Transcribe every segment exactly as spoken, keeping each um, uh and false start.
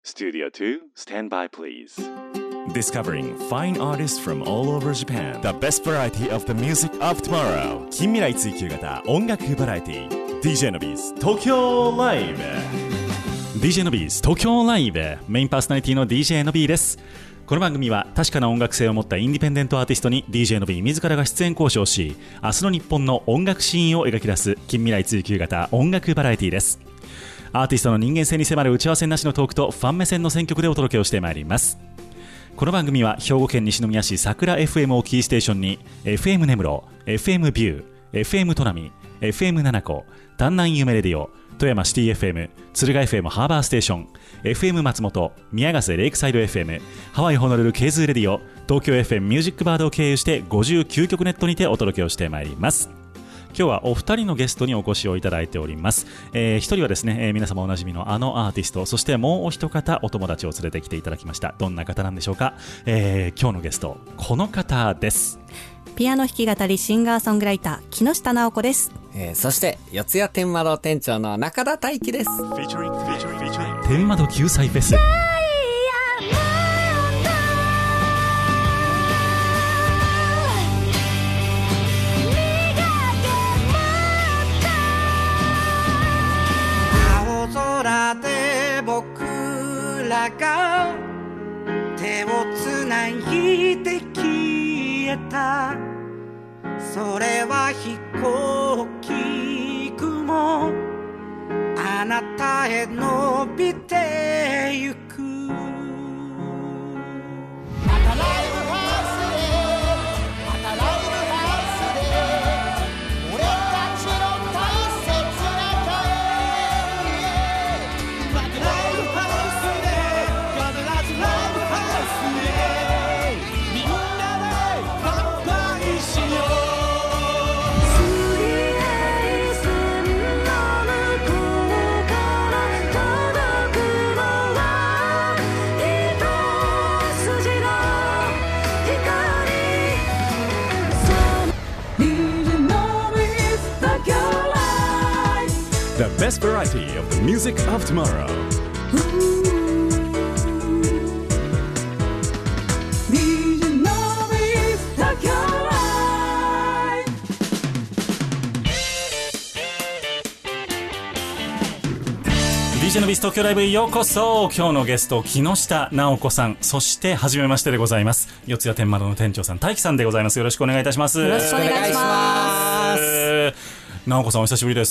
Studio two, stand by please. Discovering fine artists from all over Japan. The best variety of the music of tomorrow. 近未来追求型音楽バラエティ ディージェー のビーズ東京ライブ ディージェー のビーズ東京ライブメインパーソナリティの ディージェー のビーです。この番組は確かな音楽性を持ったインディペンデントアーティストに ディージェー のビー自らが出演交渉し、明日の日本の音楽シーンを描き出す近未来追求型音楽バラエティです。アーティストの人間性に迫る打ち合わせなしのトークとファン目線の選曲でお届けをしてまいります。この番組は兵庫県西宮市桜 エフエム をキーステーションに エフエム 根室、エフエム ビュー、エフエム 砺波、エフエム 七子、丹南夢レディオ、富山シティ エフエム、敦賀 エフエム ハーバーステーション、エフエム 松本、宮ヶ瀬レイクサイド エフエム、ハワイホノルルケーズーレディオ、東京 エフエム ミュージックバードを経由してごじゅうきゅうきょくネットにてお届けをしてまいります。今日はお二人のゲストにお越しをいただいております。えー、一人はですね、えー、皆様おなじみのあのアーティスト、そしてもうお一方お友達を連れてきていただきました。どんな方なんでしょうか。えー、今日のゲストこの方です。 ピアノ弾き語りシンガーソングライター木下直子です。 えー、そして四谷天窓店長の中田大輝です。 天窓救済フェス青空で僕らが手をつないで消えた、それは飛行機雲、あなたへ伸びてゆく。またライブハウスで、またライブハウスで、俺たちの大切な声、またライブハウスで、必ずライブハウスで、みんなで乾杯しよう。 The best variety of the music of tomorrow.ディージェー のビーズ東京ライブへようこそ。今日のゲスト木下直子さん、そして初めましてでございます、四谷天窓の店長さん大輝さんでございます。よろしくお願いいたします。 よろしくお願いします。 直子さんお久しぶりです。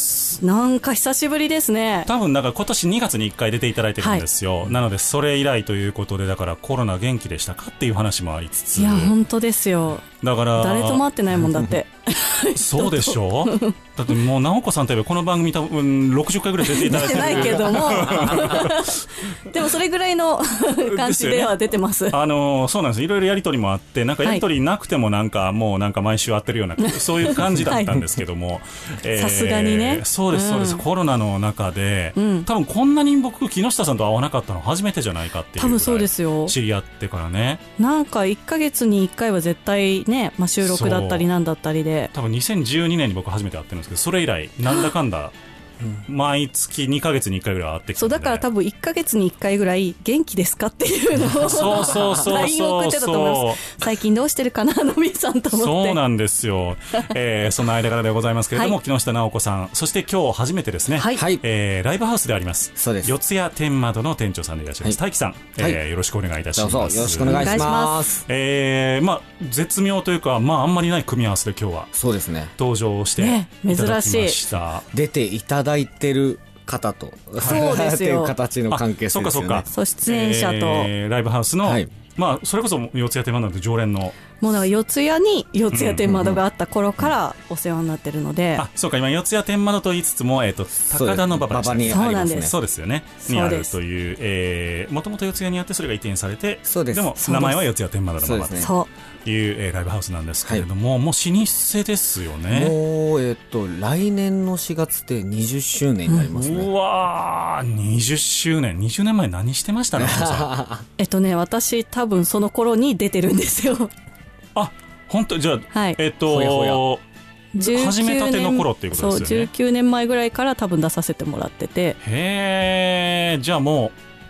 なんか久しぶりですね。 多分だから今年にがつにいっかい出ていただいてるんですよ、はい、なのでそれ以来ということで、だからコロナ元気でしたかっていう話もありつつ、 いや本当ですよ。 だから誰とも会ってないもんだってそうでしょだってもう直子さんといえばこの番組多分ろくじゅっかいぐらい出ていただいてる。 出てないけどもでもそれぐらいの感じでは出てます、ね、 あのそうなんです。いろいろやり取りもあって、なんかやり取りなくてもなんかもうなんか毎週会ってるような、はい、そういう感じだったんですけどもさすがにね。 そうですそうです、うん、コロナの中で、うん、多分こんなに僕木下さんと会わなかったの初めてじゃないかっていうぐらい。多分そうですよ。知り合ってからね、 なんかいっかげつにいっかいは絶対ね、まあ、収録だったりなんだったりで、 多分にせんじゅうにねんに僕初めて会ってるんですけど、それ以来なんだかんだうん、毎月にかげつにいっかいぐらい会ってきて、 そうだから多分いっかげつにいっかいぐらい元気ですかっていうのをそうそうそうそう ライン送ってたと思います。最近どうしてるかなのびさんと思って。 そうなんですよ、えー、その間柄でございますけれども、はい、木下直子さん、そして今日初めてですね、はい、えー、ライブハウスであります、そうです、四谷天窓の店長さんでいらっしゃいます、はい、大輝さん、えーはい、よろしくお願いいたします。 どうぞよろしくお願いします。 えー、まあ絶妙というか、まああんまりない組み合わせで今日はそうですね登場していただきました、 ね、出ていただいてる方とそうですよっていう形の関係性ですよね。 そうかそうか、 そう出演者と、 えー、ライブハウスの、はい、まあそれこそ四谷天窓の常連の、 もうだから四谷に四谷天窓があった頃からお世話になってるので、 あ、そうか、今四谷天窓と言いつつも、えー、と高田の馬場にありますね。 そうですよね、にあるという、えー、もともと四谷にあってそれが移転されて、そうです、でも名前は四谷天窓の馬場という、いう、えー、ライブハウスなんですけれども、はい、もう老舗ですよね。 もう、えー、と来年のしがつでにじゅっしゅうねんになりますね、うん、 うわーにじゅっしゅうねん、にじゅうねんまえ何してましたねえっとね私多分その頃に出てるんですよ。 あ、本当、じゃあ、はい、えっとほやほや始めたての頃っていうことですよね。 そう、じゅうきゅうねんまえぐらいから多分出させてもらってて、 へー、じゃあもう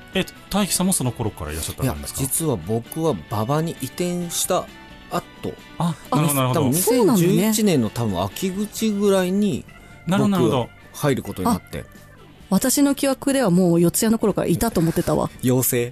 え大輝さんもその頃からいらっしゃったいやんですか？ 実は僕は馬場に移転した後、 あ、なるほどなるほど。 多分にせんじゅういちねんの多分秋口ぐらいになるほどなるほど。 入ることになって。 私の記憶ではもう四谷の頃からいたと思ってたわ。 妖精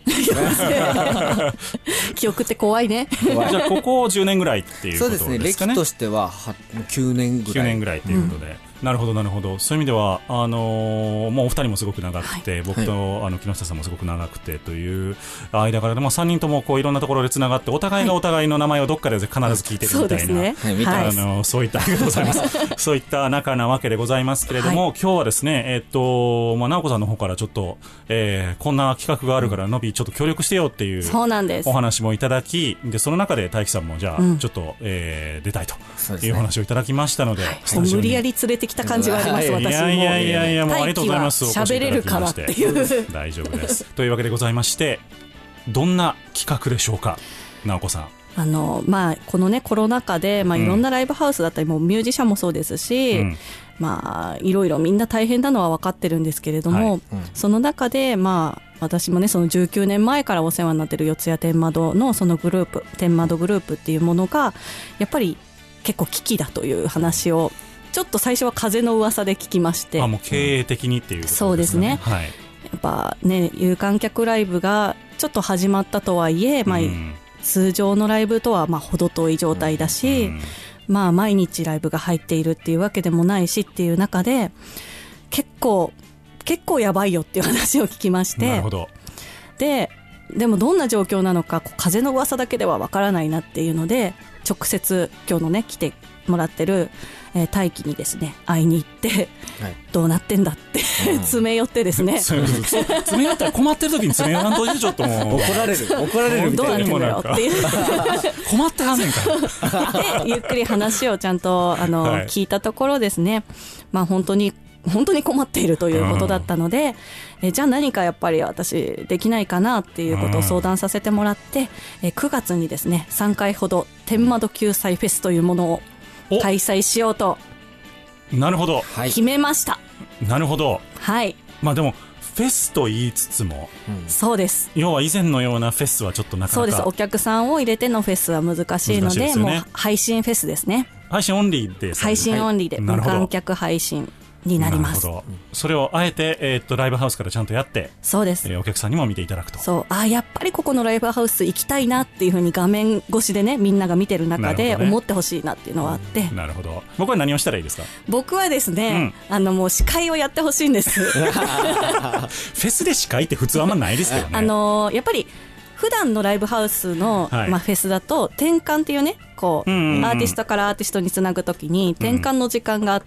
記憶って怖いね。 じゃあここじゅうねんぐらいっていうことですかね。 そうですね、歴としてははきゅうねんぐらいきゅうねんぐらいということで、うん、なるほどなるほど。そういう意味ではあのー、もうお二人もすごく長くて、はい、僕と、はい、あの木下さんもすごく長くてという間からで、まあ、さんにんともこういろんなところでつながってお互いがお互いの名前をどっかで必ず聞いてるみたいな、はい、そうですね、はい、あのそういったありがとうございますそういった仲なわけでございますけれども、はい、今日はですね、えーっとまあ、直子さんの方からちょっと、えー、こんな企画があるから、うん、のびちょっと協力してよっていうそうなんですお話もいただき、でその中で大輝さんもじゃあ、うん、ちょっと、えー、出たいというお話をいただきましたので、はい、 無理やり連れてきた感じはあります、私も。 いやいやいやいや、もうありがとうございます。 喋れるからっていう大丈夫ですというわけでございまして、どんな企画でしょうか、直子さん。 あのまあ、このねコロナ禍で、まあ、いろんなライブハウスだったり、うん、もうミュージシャンもそうですし、うん、まあ、いろいろみんな大変なのは分かってるんですけれども、はい、うん、その中で、まあ、私もねそのじゅうきゅうねんまえからお世話になっている四谷天窓のそのグループ天窓グループっていうものがやっぱり結構危機だという話をちょっと最初は風の噂で聞きまして、 あ、もう経営的にっていうことですね。 そうですね、 はい、 やっぱね有観客ライブがちょっと始まったとはいえ、まあ、うん、通常のライブとはまあ程遠い状態だし、うん、まあ、毎日ライブが入っているっていうわけでもないしっていう中で結構結構やばいよっていう話を聞きまして、 なるほど。 ででもどんな状況なのか風の噂だけではわからないなっていうので、直接今日のね来てもらってる、えー、大輝にですね会いに行って、はい、どうなってんだって詰め寄ってですね詰め寄ったら困ってる時に詰め寄らんといて、ちょっともう怒られる怒られるみたいな、 どうなってんだよっていう困ってはんねんからでゆっくり話をちゃんとあの、はい、聞いたところですね、まあ本当に本当に困っているということだったので、うん、えじゃあ何かやっぱり私できないかなっていうことを相談させてもらって、うん、えくがつにですねさんかいほど天窓救済フェスというものを開催しようとなるほど決めました、はい、 なるほど、 はい、 まあでもフェスと言いつつも、 うん、そうです。 要は以前のようなフェスはちょっとなかなか、 そうです。お客さんを入れてのフェスは難しいの で, で、ね、もう配信フェスですね。 配信オンリーで、 配信オンリーで、無観客配信になります。 なるほど。それをあえて、えー、っとライブハウスからちゃんとやって、 そうです、 えー、お客さんにも見ていただくと。 そう、あ、やっぱりここのライブハウス行きたいなっていう風に画面越しでねみんなが見てる中で思ってほしいなっていうのはあって、 なるほど。僕は何をしたらいいですか？ 僕はですね、うん、あのもう司会をやってほしいんですフェスで司会って普通あんまないですけどね。 あのー、やっぱり普段のライブハウスの、はい、まあ、フェスだと転換っていうねこう、うんうんうん、アーティストからアーティストにつなぐときに転換の時間があって、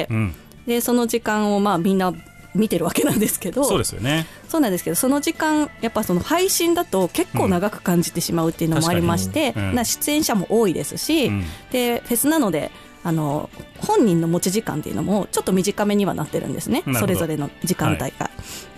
うんうん、でその時間をまあみんな見てるわけなんですけど、 そうですよね。 そうなんですけど、その時間やっぱその配信だと結構長く感じてしまうっていうのもありまして、うん、な出演者も多いですし、うん、でフェスなのであの本人の持ち時間っていうのもちょっと短めにはなってるんですね、それぞれの時間帯が、はい、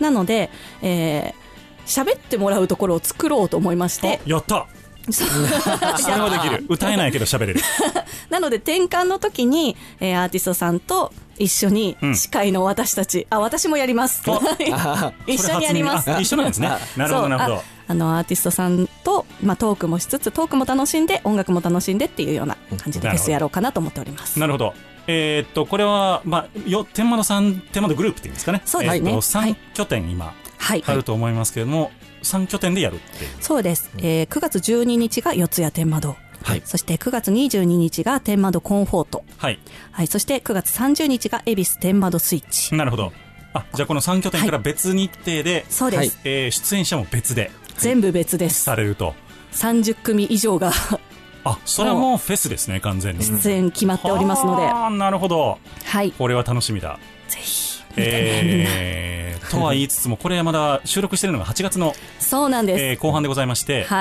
なので、えー喋ってもらうところを作ろうと思いまして、 やったそれはできる。歌えないけど喋れるなので転換の時に、えー、アーティストさんと一緒に司会の私たち、うん、あ私もやります一緒にやります。 一緒なんですね。なるほどなるほど。 あのアーティストさんと、まあ、トークもしつつトークも楽しんで音楽も楽しんでっていうような感じでフェスやろうかなと思っております。 なるほど。えー、っとこれは、まあ、よ天窓さん天窓グループっていうんですかね。 そうですね、 えー、とさん拠点今、はい、あると思いますけれども、はい、さん拠点でやるっていう。 そうです、えー、くがつじゅうににちが四谷天窓、はい、そしてくがつにじゅうににちが天窓コンフォート、はいはい、そしてくがつさんじゅうにちが恵比寿天窓スイッチ。 なるほど。あ、じゃあこのさん拠点から別日程で、はい、 そうです、 えー、出演者も別で全部別です。 されるとさんじゅっくみ以上があ、それはもうフェスですね。完全に出演決まっておりますので、 あ、なるほど、 はい、 これは楽しみだ。 ぜひえー、とは言いつつもこれはまだ収録しているのがはちがつのそうなんです、 えー、後半でございまして、 はい、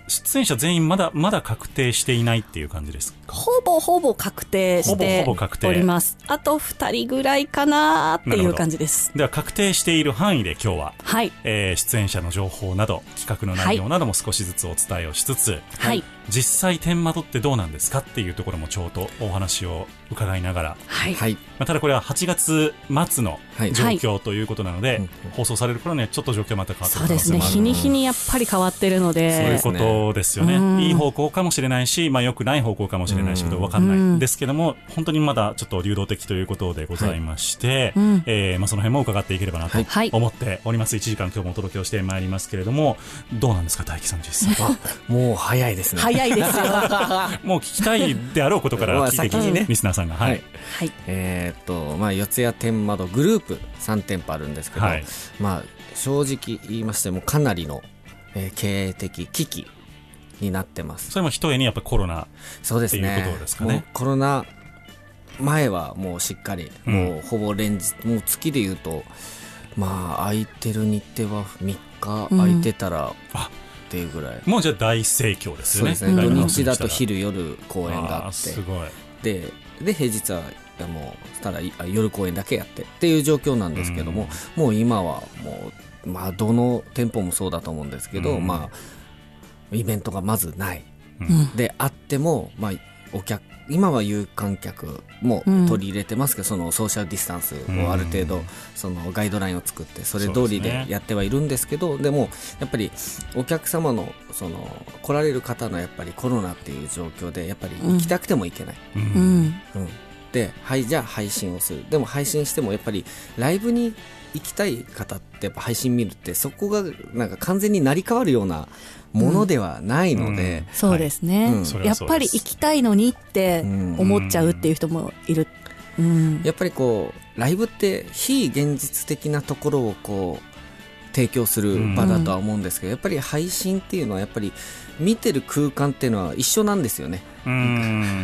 出演者全員まだまだ確定していないっていう感じですか？ ほぼほぼ確定してほぼほぼ確定おります。あとふたりぐらいかなっていう感じです。 では確定している範囲で今日は、 はい、 えー、出演者の情報など企画の内容なども少しずつお伝えをしつつ、 はい、 実際天窓ってどうなんですかっていうところもちょうどお話を伺いながら、 はい、 まあ、ただこれははちがつ末の状況ということなので、はい、放送される頃にはちょっと状況また変わってくる可能性もある。 そうですね、日に日にやっぱり変わってるので、 そういうことですよね。いい方向かもしれないし、まあ、良くない方向かもしれないし、分かんないんですけども、本当にまだちょっと流動的ということでございまして、はい、えーまあ、その辺も伺っていければなと思っております。いちじかん今日もお届けをしてまいりますけれども、どうなんですか大樹さん実際。 もう早いですね。 早いですよ。 もう聞きたいであろうことから聞いてきて、ね、リスナーさんが、はいはい、えー、っとまあ四谷天窓グループさん店舗あるんですけど、はい、まあ正直言いましてもかなりの、えー、経営的危機になってます。 それもひとえにやっぱりコロナっていうことですかね。 もうコロナ前はもうしっかり、うん、もうほぼ連日もう月でいうとまあ空いてる日程はみっか空いてたら、うん、っていうぐらい、 もうじゃあ大盛況ですよね。 そうですね、土日だと昼夜公演があって、 すごいでで平日はもうただ夜公演だけやってっていう状況なんですけども、うん、もう今はもう、まあ、どの店舗もそうだと思うんですけど、うん、まあ、イベントがまずない、うん、であっても、まあ、お客今は有観客も取り入れてますけど、うん、そのソーシャルディスタンスをある程度そのガイドラインを作ってそれ通りでやってはいるんですけど、 で, ね、でもやっぱりお客様のその来られる方のやっぱりコロナっていう状況でやっぱり行きたくても行けない、うんうんうん、で、はい、じゃあ配信をする。でも配信してもやっぱりライブに行きたい方ってやっぱ配信見るってそこがなんか完全に成り変わるようなものではないので、 うん、そうですね、はい、うん、やっぱり行きたいのにって思っちゃうっていう人もいる、うん、 やっぱりこうライブって非現実的なところをこう提供する場だとは思うんですけど、やっぱり配信っていうのはやっぱり見てる空間っていうのは一緒なんですよね。うん、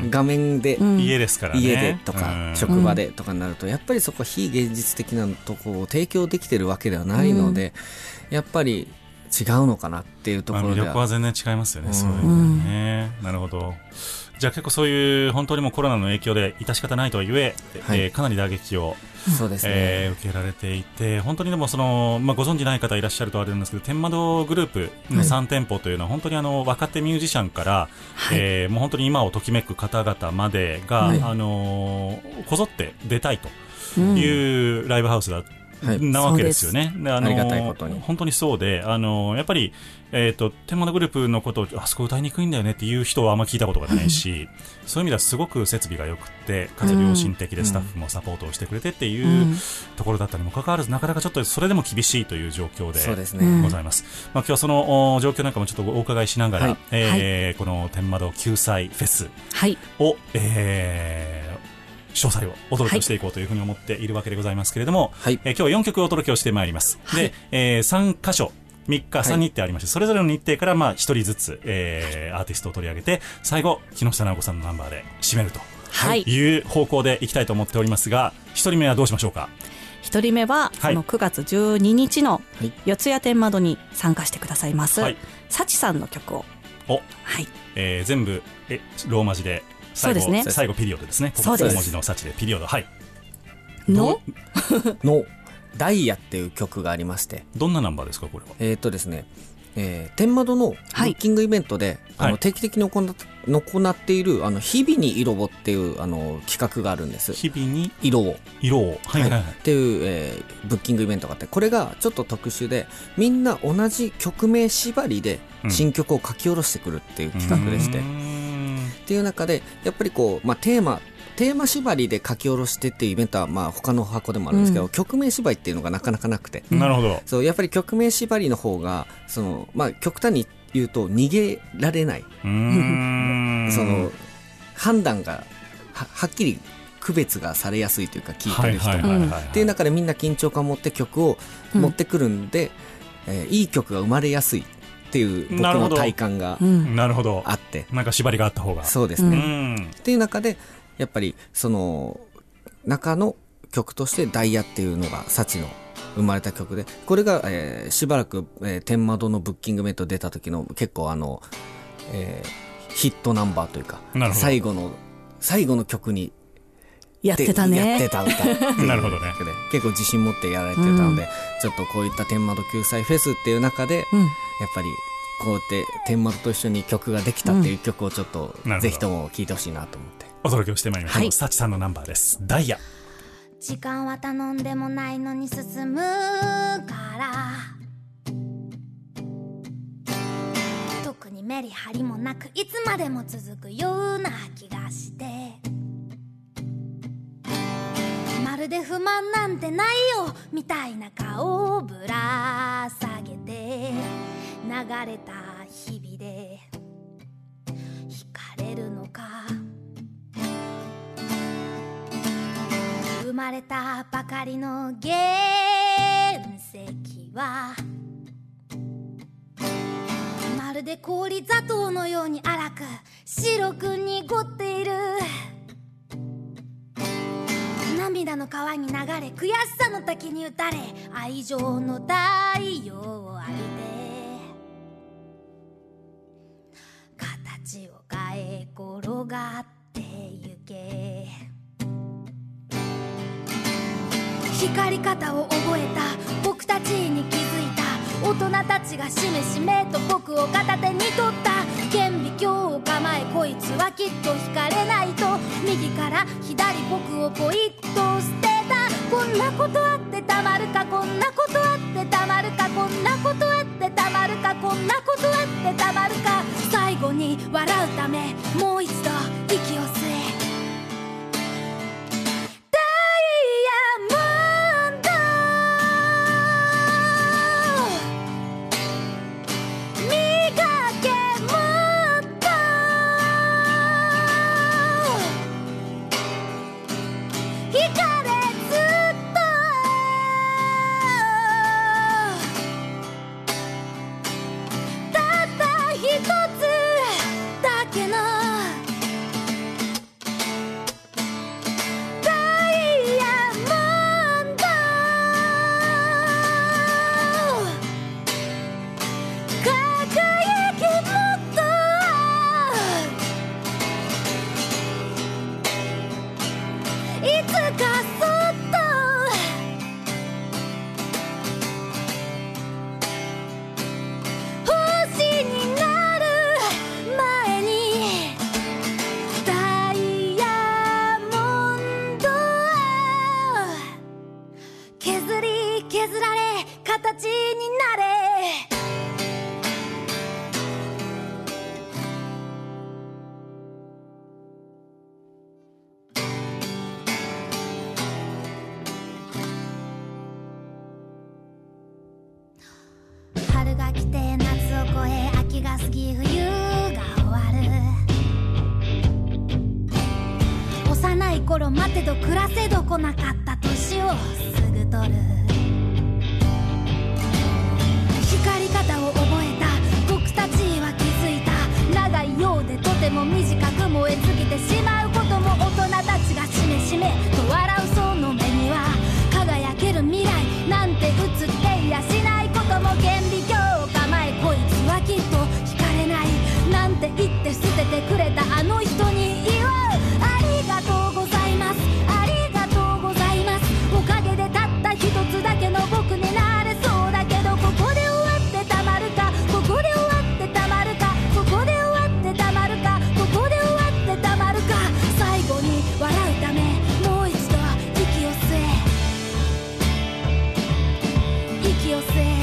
画面で、うん、 家ですからね、 家でとか職場でとかになるとやっぱりそこは非現実的なところを提供できてるわけではないので、うん、やっぱり違うのかなっていうところでは、 まあ、魅力は全然違いますよね、うん、そういうのね、うん、なるほど。じゃあ結構そういう本当にもうコロナの影響で致し方ないとはいえ、はい、えー、かなり打撃をそうですね、 えー、受けられていて、本当にでもその、まあ、ご存じない方いらっしゃるとあれなんですけど、天窓グループのさん店舗というのは本当にあの若手ミュージシャンから、はい、えー、もう本当に今をときめく方々までが、はい、あのー、こぞって出たいというライブハウスだ、はい、なわけですよね。で、あのー、ありがたいことに本当にそうで、あのー、やっぱりえーと、天窓グループのことをあそこ歌いにくいんだよねっていう人はあんま聞いたことがないしそういう意味ではすごく設備が良くてかつ良心的でスタッフもサポートをしてくれてっていうところだったにもかかわらず、なかなかちょっとそれでも厳しいという状況でございます。まあ、今日はその状況なんかもちょっとお伺いしながら、はい、えー、この天窓救済フェスを、はい、えー詳細をお届けしていこうというふうに思っているわけでございますけれども、はい、えー、今日はよんきょくお届けをしてまいります。はい、で、えー、さんかしょみっかさん日程ありまして、はい、それぞれの日程からまあひとりずつ、えー、アーティストを取り上げて最後木下直子さんのナンバーで締めるという方向でいきたいと思っておりますが、ひとりめはどうしましょうか。 ひとりめは、はい、このくがつじゅうににちの四谷天窓に参加してくださいます、はい、サチさんの曲を、 お、はい、えー、全部えローマ字で最後、そうですね、最後ピリオドですね。大文字のサチでピリオド、はい、 ののダイヤっていう曲がありまして、 どんなナンバーですかこれは。 えーとですね、えー、天窓のブッキングイベントで、はい、あの定期的に行っ、行っているあの日々に色をっていうあの企画があるんです。 日々に色を色を、はいはいはい、 っていう、えー、ブッキングイベントがあって、これがちょっと特殊でみんな同じ曲名縛りで新曲を書き下ろしてくるっていう企画でして、うん、っていう中でやっぱりこう、まあ、テーマテーマ縛りで書き下ろしてっていうイベントはまあ他の箱でもあるんですけど、うん、曲名縛りっていうのがなかなかなくて、 なるほど、 そうやっぱり曲名縛りの方がその、まあ、極端に言うと逃げられない、うーんその判断が は, はっきり区別がされやすいというか聞いてる人がっていう中でみんな緊張感を持って曲を持ってくるんで、うんえー、いい曲が生まれやすいっていう僕の体感があって、 なるほど、なんか縛りがあった方が、 そうですね、うん、っていう中でやっぱりその中の曲としてダイヤっていうのがサチの生まれた曲で、これが、えー、しばらく、えー、天窓のブッキングメント出た時の結構あのえー、ヒットナンバーというか最後の最後の曲にやってたねやってた歌なるほどね。 結構自信持ってやられてたので、うん、ちょっとこういった天窓救済フェスっていう中で、うん、やっぱりこうやって天窓と一緒に曲ができたっていう曲をちょっと、うん、ぜひとも聴いてほしいなと思ってお届けをしてまいりましょう、はい、サチさんのナンバーです。ダイヤ。 時間は頼んでもないのに進むから特にメリハリもなくいつまでも続くような気がしてまるで不満なんてないよみたいな顔をぶら下げて流れた日々で惹かれるのか生まれたばかりの原石はまるで氷砂糖のように荒く白く濁っている涙の川に流れ悔しさの滝に打たれ愛情の太陽を浴びて形を変え転がってゆけ光り方を覚えた僕たちに気づいた大人たちがしめしめと僕を片手に取った顕微鏡を構えこいつはきっと惹かれないと右から左僕をポイッと捨てたこんなことあってたまるかこんなことあってたまるかこんなことあってたまるかこんなことあってたまるか最後に笑うためもう一度息を吸え春が来て夏を越え秋が過ぎ冬が終わる幼い頃待てど暮らせど来なかった年をすぐ取る光り方を覚えた僕たちは気づいた長いようでとても短く燃え尽きてしまうことも大人たちがしめしめと笑うその目には輝ける未来なんて映っていやしないことも顕微鏡を構えこいつはきっと惹かれないなんて言って捨ててくれたあの人に言おうありがとうございますありがとうございますおかげでたった一つだけの僕になれそうだけどここで終わってたまるかここで終わってたまるかここで終わってたまるかここで終わってたまるか最後に笑うためもう一度息を吸え息を吸え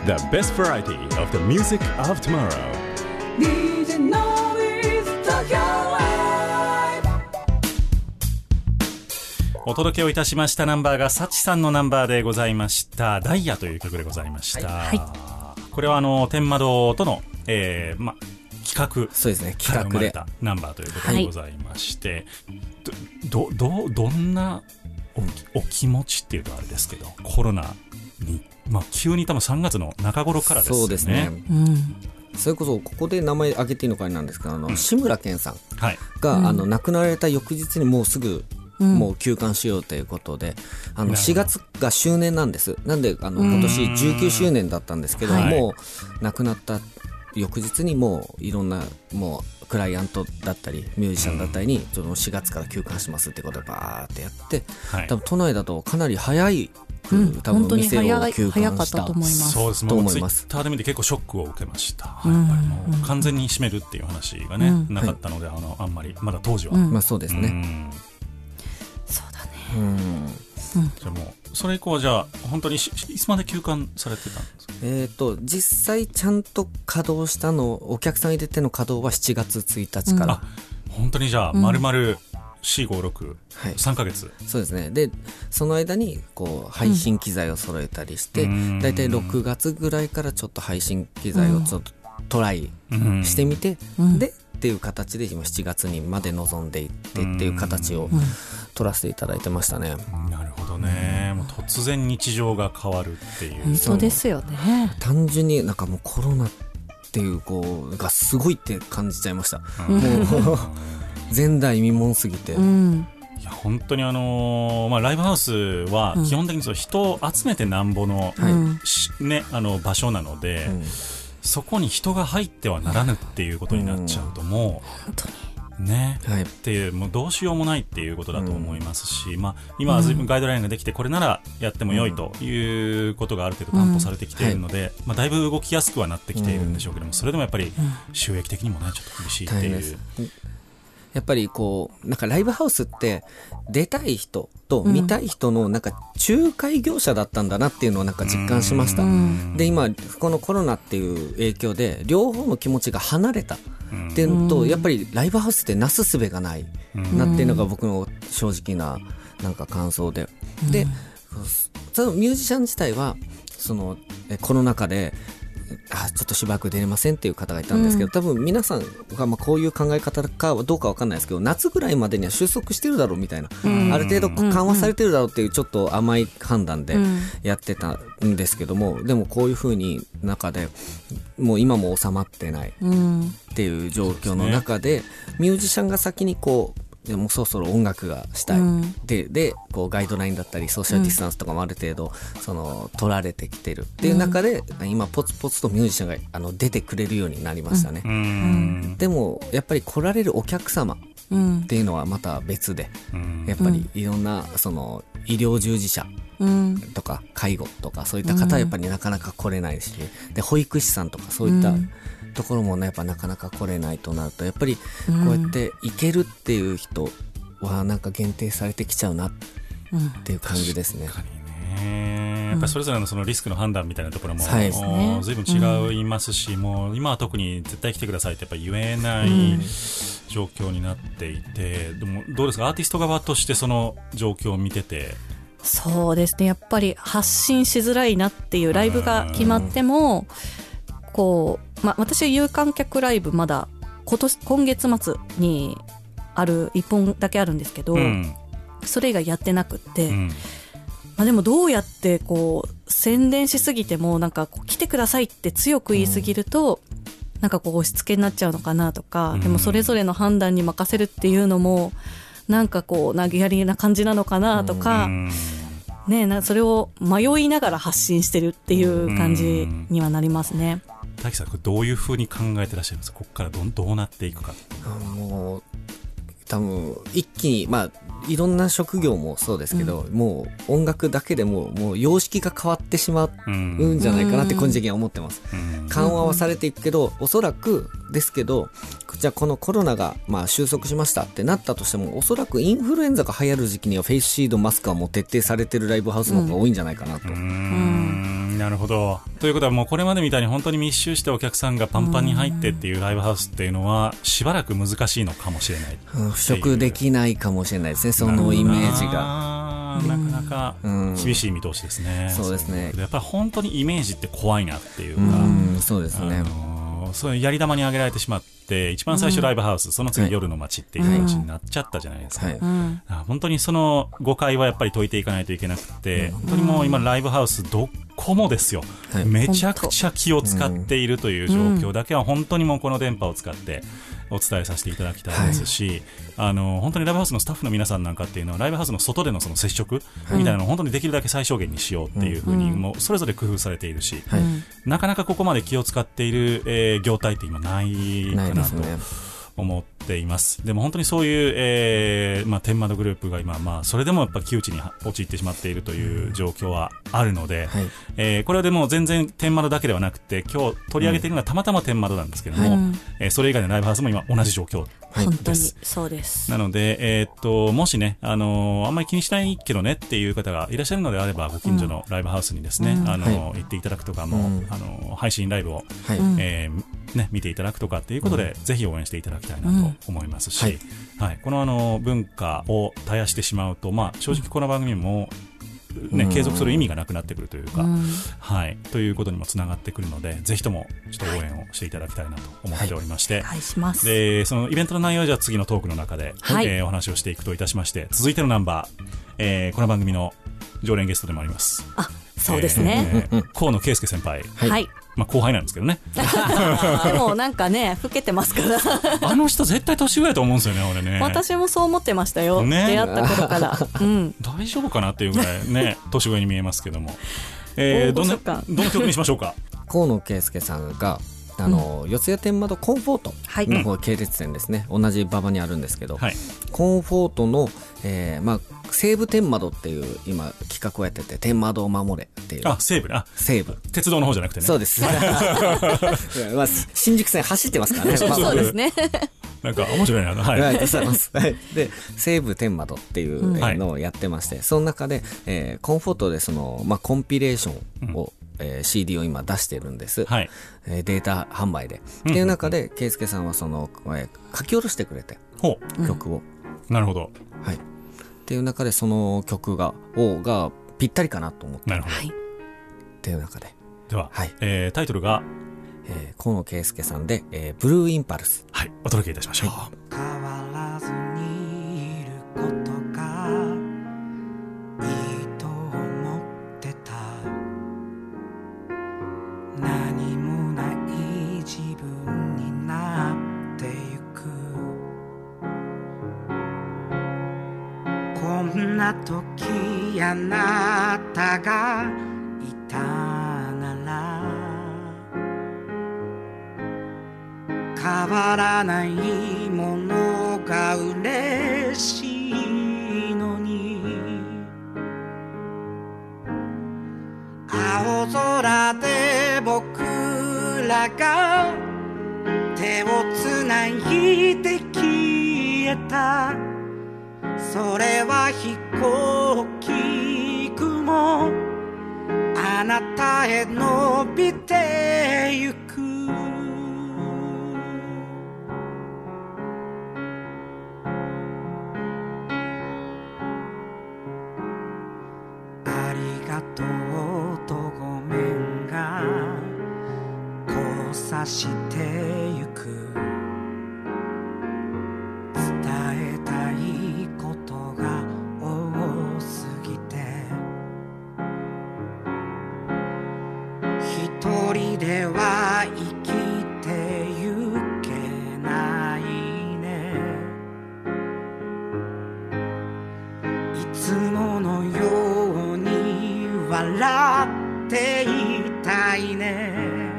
The best variety of the music of tomorrow. ディージェー の is Tokyo Live。 お届けをいたしましたナンバーがサチさんのナンバーでございました。ダイヤという曲でございました、 はい、 これはあの天窓との、えーま、企画そうですね、 から生まれた企ナンバーということでございまして、はい、どどどんな お, お気持ちっていうとあれですけど、コロナに、まあ、急に多分さんがつの中頃からですよね。 そうですね、うん、それこそここで名前挙げていいのかあれなんですけど、あの、うん、志村けんさんが、はい、あの亡くなられた翌日にもうすぐもう休館しようということで、うん、あのしがつが周年なんです。なんであの今年じゅうきゅうしゅうねんだったんですけど、もう亡くなった翌日にもういろんなもうクライアントだったりミュージシャンだったりにそのしがつから休館しますってことでバーってやって、はい、多分都内だとかなり早い、うん、多分店を休館したと思います。 そうです。もうツイッターで見て結構ショックを受けました、うん、やっぱりもう完全に閉めるっていう話がね、うん、なかったので、はい、あのあんまりまだ当時は、 うん、まあそうですね、うん、 そうだね、 うんうん、じゃあもうそれ以降はじゃあ本当にいつまで休館されてたんですか？ えーと実際ちゃんと稼働したのお客さん入れての稼働はしちがつついたちから、うん、 あ本当にじゃあ丸々 よん、ご、ろく、はい、さんかげつ、 そうですね。でその間にこう配信機材を揃えたりして、うん、だいたいろくがつぐらいからちょっと配信機材をちょっとトライしてみて、うん、でっていう形で今しちがつにまで臨んでいってっていう形を取らせていただいてましたね、 うん、なるほどね、もう突然日常が変わるっていう。 本当ですよね。 単純になんかもうコロナっていうこうがすごいって感じちゃいました、うん、もう前代未聞すぎて、うん、 いや本当にあのーまあ、ライブハウスは基本的にその人を集めてなんぼの、うんね、あの場所なので、うん、そこに人が入ってはならぬっていうことになっちゃうともう、うん、本当にね、はい、っていうもうどうしようもないっていうことだと思いますし、うんまあ、今は随分ガイドラインができてこれならやっても良いということがある程度担保されてきているので、うんはいまあ、だいぶ動きやすくはなってきているんでしょうけども、それでもやっぱり収益的にもねちょっと厳しいっていう、 やっぱりこうなんかライブハウスって出たい人と見たい人のなんか仲介業者だったんだなっていうのをなんか実感しました、うん、で今このコロナっていう影響で両方の気持ちが離れたっていうのと、うん、やっぱりライブハウスってなすすべがないなっていうのが僕の正直ななんか感想で、うん、でそのミュージシャン自体はそのコロナ禍であちょっとしばらく出れませんっていう方がいたんですけど、うん、多分皆さんがまあこういう考え方かどうか分かんないですけど夏ぐらいまでには収束してるだろうみたいな、うん、ある程度緩和されてるだろうっていうちょっと甘い判断でやってたんですけども、でもこういう風に中でもう今も収まってないっていう状況の中で、ミュージシャンが先にこうでもそろそろ音楽がしたい、うん、で, でこうガイドラインだったりソーシャルディスタンスとかもある程度、うん、その取られてきてるっていう中で、うん、今ポツポツとミュージシャンがあの出てくれるようになりましたね、うん、でもやっぱり来られるお客様っていうのはまた別で、うん、やっぱりいろんなその医療従事者とか介護とかそういった方はやっぱりなかなか来れないし、で保育士さんとかそういったところもねやっぱなかなか来れないとなると、やっぱりこうやって行けるっていう人はなんか限定されてきちゃうなっていう感じですね、うん、確かにね。やっぱりそれぞれのそのリスクの判断みたいなところも、はい、随分違いますし、うん、もう今は特に絶対来てくださいってやっぱ言えない状況になっていて、うん、でもどうですかアーティスト側としてその状況を見てて。 そうですね、やっぱり発信しづらいなっていう、ライブが決まってもこう、ま、私は有観客ライブまだ今年今月末にあるいっぽんだけあるんですけど、うん、それ以外やってなくって、うんまあ、でもどうやってこう宣伝しすぎてもなんかこう来てくださいって強く言いすぎると、うん、なんかこう押し付けになっちゃうのかなとか、うん、でもそれぞれの判断に任せるっていうのもなんかこう投げやりな感じなのかなとか、うんね、なそれを迷いながら発信してるっていう感じにはなりますね。 滝さんこれどういうふうに考えてらっしゃるんですか？ここから ど, どうなっていくか。 もう多分一気にまあいろんな職業もそうですけど、うん、もう音楽だけでももう様式が変わってしまうんじゃないかなって個人的には思ってます、うん、緩和はされていくけど、おそらくですけどじゃあこのコロナがまあ収束しましたってなったとしても、おそらくインフルエンザが流行る時期にはフェイスシールドマスクはもう徹底されてるライブハウスの方が多いんじゃないかなと、 うんうんななるほど。ということはもうこれまでみたいに本当に密集してお客さんがパンパンに入ってっていうライブハウスっていうのはしばらく難しいのかもしれない。 払拭できないかもしれないですね、そのイメージが。 なかなか厳しい見通しですね。 そうですね。 やっぱり本当にイメージって怖いなっていうか、 うんそうですね。 あのー、そういうやり玉に挙げられてしまって、一番最初ライブハウス、うん、その次夜の街っていう話になっちゃったじゃないですか。はいはい、本当にその誤解はやっぱり解いていかないといけなくて、うん、本当にもう今ライブハウスどこもですよ、はい、めちゃくちゃ気を使っているという状況だけは本当にもうこの電波を使ってお伝えさせていただきたいですし、はい、あの本当にライブハウスのスタッフの皆さんなんかっていうのはライブハウスの外でのその接触みたいなのを本当にできるだけ最小限にしようっていうふうにもうそれぞれ工夫されているし、はい、なかなかここまで気を使っている、えー、業態って今ないかなと思っています。でも本当にそういう、えーまあ、天窓グループが今、まあ、それでもやっぱ窮地に陥ってしまっているという状況はあるので、はい、えー、これはでも全然天窓だけではなくて今日取り上げているのはたまたま天窓なんですけども、はい、えー、それ以外のライブハウスも今同じ状況です。 本当にそうです。 なので、えー、っともしね、あのー、あんまり気にしないけどねっていう方がいらっしゃるのであればご近所のライブハウスにですね、うん、あのーはい、行っていただくとかも、うん、あのー、配信ライブを、はい、えーね、見ていただくとかっていうことで、うん、ぜひ応援していただきたいなと思いますし、うん、はいはい、このあの文化を絶やしてしまうと、まあ、正直この番組も、ね、継続する意味がなくなってくるというか、うん、はい、ということにもつながってくるのでぜひともちょっと応援をしていただきたいなと思っておりまして、 はい、します。 でそのイベントの内容はじゃあ次のトークの中で、はい、えー、お話をしていくといたしまして、続いてのナンバー、えー、この番組の常連ゲストでもあります、 あ、そうですね、 えー、河野圭介先輩、 はい、 まあ、後輩なんですけどねでもなんかね老けてますからあの人絶対年上だと思うんですよね、俺ね。 私もそう思ってましたよ、ね、出会った頃から、うん、 大丈夫かなっていうぐらいね年上に見えますけども、えー、どんなどの曲にしましょうか。 河野圭介さんがあの、うん、四谷天窓コンフォートの方、系列店ですね、同じ馬場にあるんですけど、はい、コンフォートの、えーまあ、西武天窓っていう今企画をやってて、天窓を守れっていう。 あ、西武ね。あ、 西武鉄道の方じゃなくてね。 そうですまあ、新宿線走ってますからね。 そうそうですねなんか面白いな、はい、はい、で西武天窓っていうのをやってまして、うん、その中で、えー、コンフォートでその、まあ、コンピレーションを、うん、えー、シーディー を今出してるんです、はい、えー、データ販売で、うん、っていう中で圭介さんはその、えー、書き下ろしてくれて、曲を、 うん、なるほど、 はい、っていう中でその曲がをがぴったりかなと思って、 なるほど、はい、 っていう中ででは、はい、えー、タイトルが、 えー、河野圭介さんで、えー、ブルーインパルス、 はい、お届けいたしましょう。はい、 変わらずにいることがいいと思ってた、何もない自分になってゆく、こんな時あなたがいたなら変わらないものが嬉しいのに、青空で僕らが手をつないで消えた、それは飛行機雲あなたへ伸びてゆく、ありがとうとごめんが交差してゆく、伝えたいことが多すぎて一人では生きてゆけないね、いつものように笑っていたいね、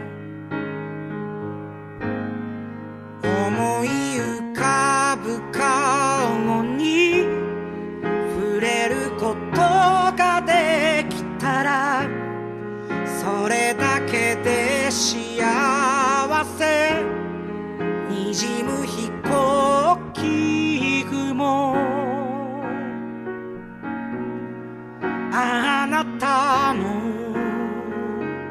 思い浮かぶ顔に触れることができたらそれだけで幸せ、にじむ飛行機雲あなたの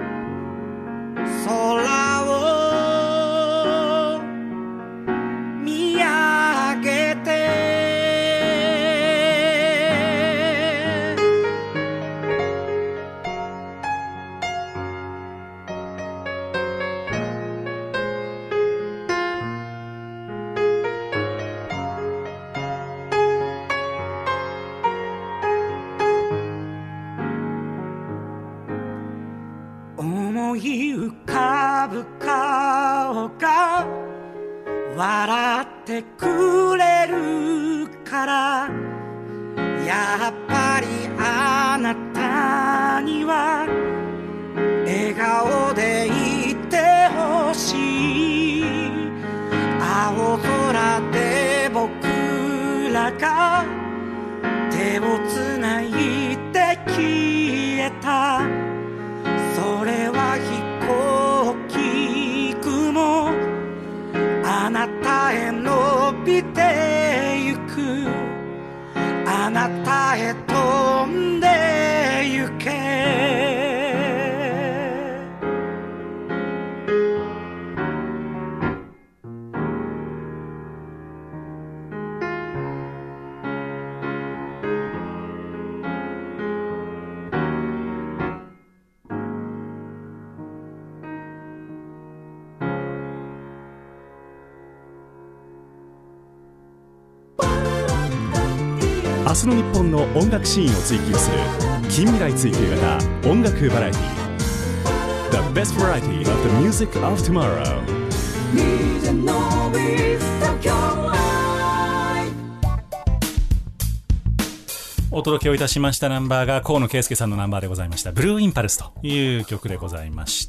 思い浮かぶ顔が笑ってくれるからやっぱりあなたには笑顔でいてほしい青空で僕らが手をつないで消えたそれは飛行機雲あなたへ伸びてゆくあなたへ飛んでゆけ明日の日本の音楽シーンを追求する近未来追求型音楽バラエティ The best variety of the music of tomorrow ディージェー のビーズ東京ライブお届けをいたしましたナンバーが河野圭介さんのナンバーでございました。ブルーインパルスという曲でございました。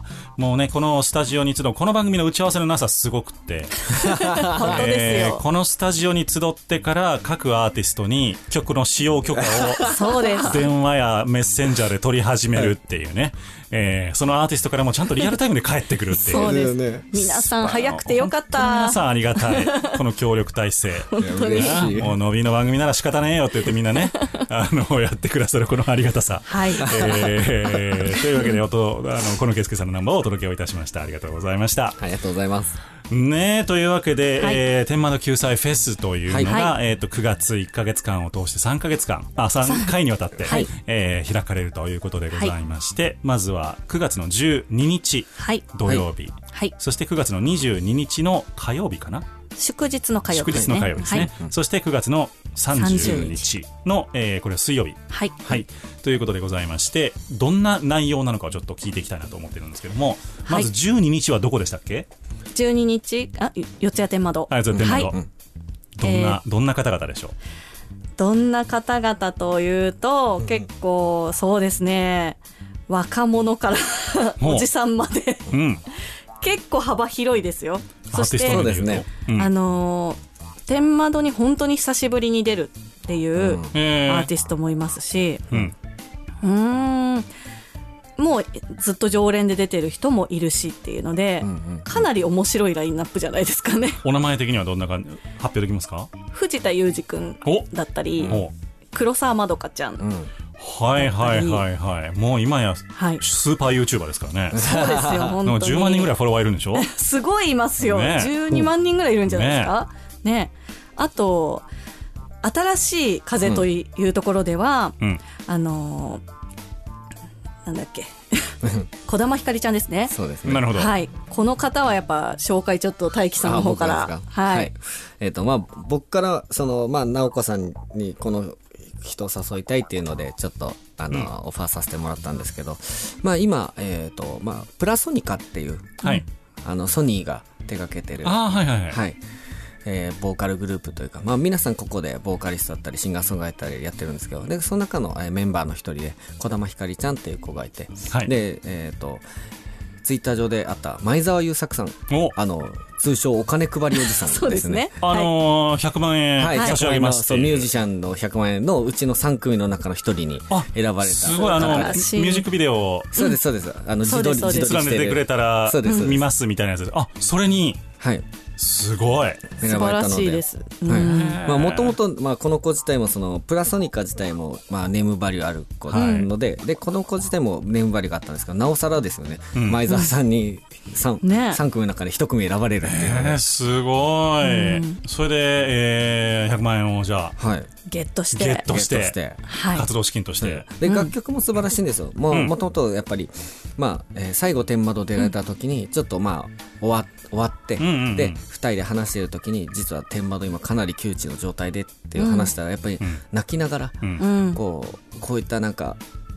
もうね、このスタジオに集うこの番組の打ち合わせのなさすごくって本当ですよ、 えー、このスタジオに集ってから各アーティストに曲の使用許可をそうです電話やメッセンジャーで取り始めるっていうね、えー、そのアーティストからもちゃんとリアルタイムで帰ってくるっていうそうです、 ね、 皆さん早くてよかった。 皆さんありがたいこの協力体制本当にもう伸びの番組なら仕方ねえよって言ってみんなねあのやってくださるこのありがたさ、 はい、 えー、というわけで音あの河野圭介さんのナンバーをお届けをいたしました。ありがとうございました。 ありがとうございますねえ、というわけで、 はい、 えー、天窓救済フェスというのが、 はい、 えー、とくがついっかげつかんを通してさんかげつかんあさんかいにわたって、はいえー、開かれるということでございまして、はい、まずはくがつのじゅうににち、はい、土曜日、はい、そしてくがつのにじゅうににちの火曜日かな祝日の火曜日ですね。 祝日の火曜日ですね、はい、そしてくがつのさんじゅうにちの、えー、これは水曜日、はいはい、ということでございまして、どんな内容なのかをちょっと聞いていきたいなと思ってるんですけども、はい、まずじゅうににちはどこでしたっけ？ じゅうににちあ四谷天窓、 四谷天窓、はい、どんな、えー、どんな方々でしょう？ どんな方々というと、うん、結構そうですね、若者からおじさんまで、うん、結構幅広いですよ。そしてそうですね、 うん、あの天窓に本当に久しぶりに出るっていうアーティストもいますし、うん、うーんもうずっと常連で出てる人もいるしっていうので、うんうんうん、かなり面白いラインナップじゃないですかね。 お名前的にはどんな感じ発表できますか？ 藤田裕二くんだったり、黒沢まどかちゃん、うん、 はいはいはいはい、もう今やスーパー YouTuber ですからね、はい、 そうですよ本当にじゅうまんにんぐらいフォロワーいるんでしょ？ すごいいますよ、ね、じゅうにまんにんぐらいいるんじゃないですか、ねね、あと新しい風というところでは、うん、あのー、なんだっけ児玉ひかりちゃんですね。 そうですね。 なるほど。 はい。この方はやっぱ紹介ちょっと大輝さんの方から。 はい。はい、えっとまあ僕からそのまあ直子さんにこの人を誘いたいっていうのでちょっとあの、うん、オファーさせてもらったんですけど、まあ今えっとまあプラソニカっていう、はい、あのソニーが手掛けてる、 あはいはいはい。 はい。えー、ボーカルグループというか、まあ、皆さんここでボーカリストだったりシンガーソングライターやってるんですけど、でその中の、えー、メンバーの一人で児玉ひかりちゃんっていう子がいて、はい、で、えーと、ツイッター上であった前澤友作さん、あの通称お金配りおじさんですね。 そうですね、 あのー、ひゃくまんえん差し上げますっていう、 はい、ミュージシャンのひゃくまんえんのうちのさん組の中の一人に選ばれた。 すごい、あのミュージックビデオをそうですそうです、あの自撮り自撮りしててくれたら見ますみたいなやつで、あそれに、はい、すごい素晴らしいです。 もともとこの子自体もそのプラソニカ自体もまあネームバリューある子なので、はい、でこの子自体もネームバリューがあったんですけど、なおさらですよね、うん、前澤さんに 3,、ね、さん組の中でいち組選ばれるっていうので、 えー、すごい、うん、それで、えー、ひゃくまんえんをじゃあ、はい、 ゲットしてゲットして活動資金として、 うん、で楽曲も素晴らしいんですよ。もともとやっぱり、まあえー、最後天窓出られた時にちょっとまあ終わ終わって、うんうんうん、でふたりで話している時に実は天窓今かなり窮地の状態でっていう話したら、やっぱり泣きながら、うん、こうこういったなんか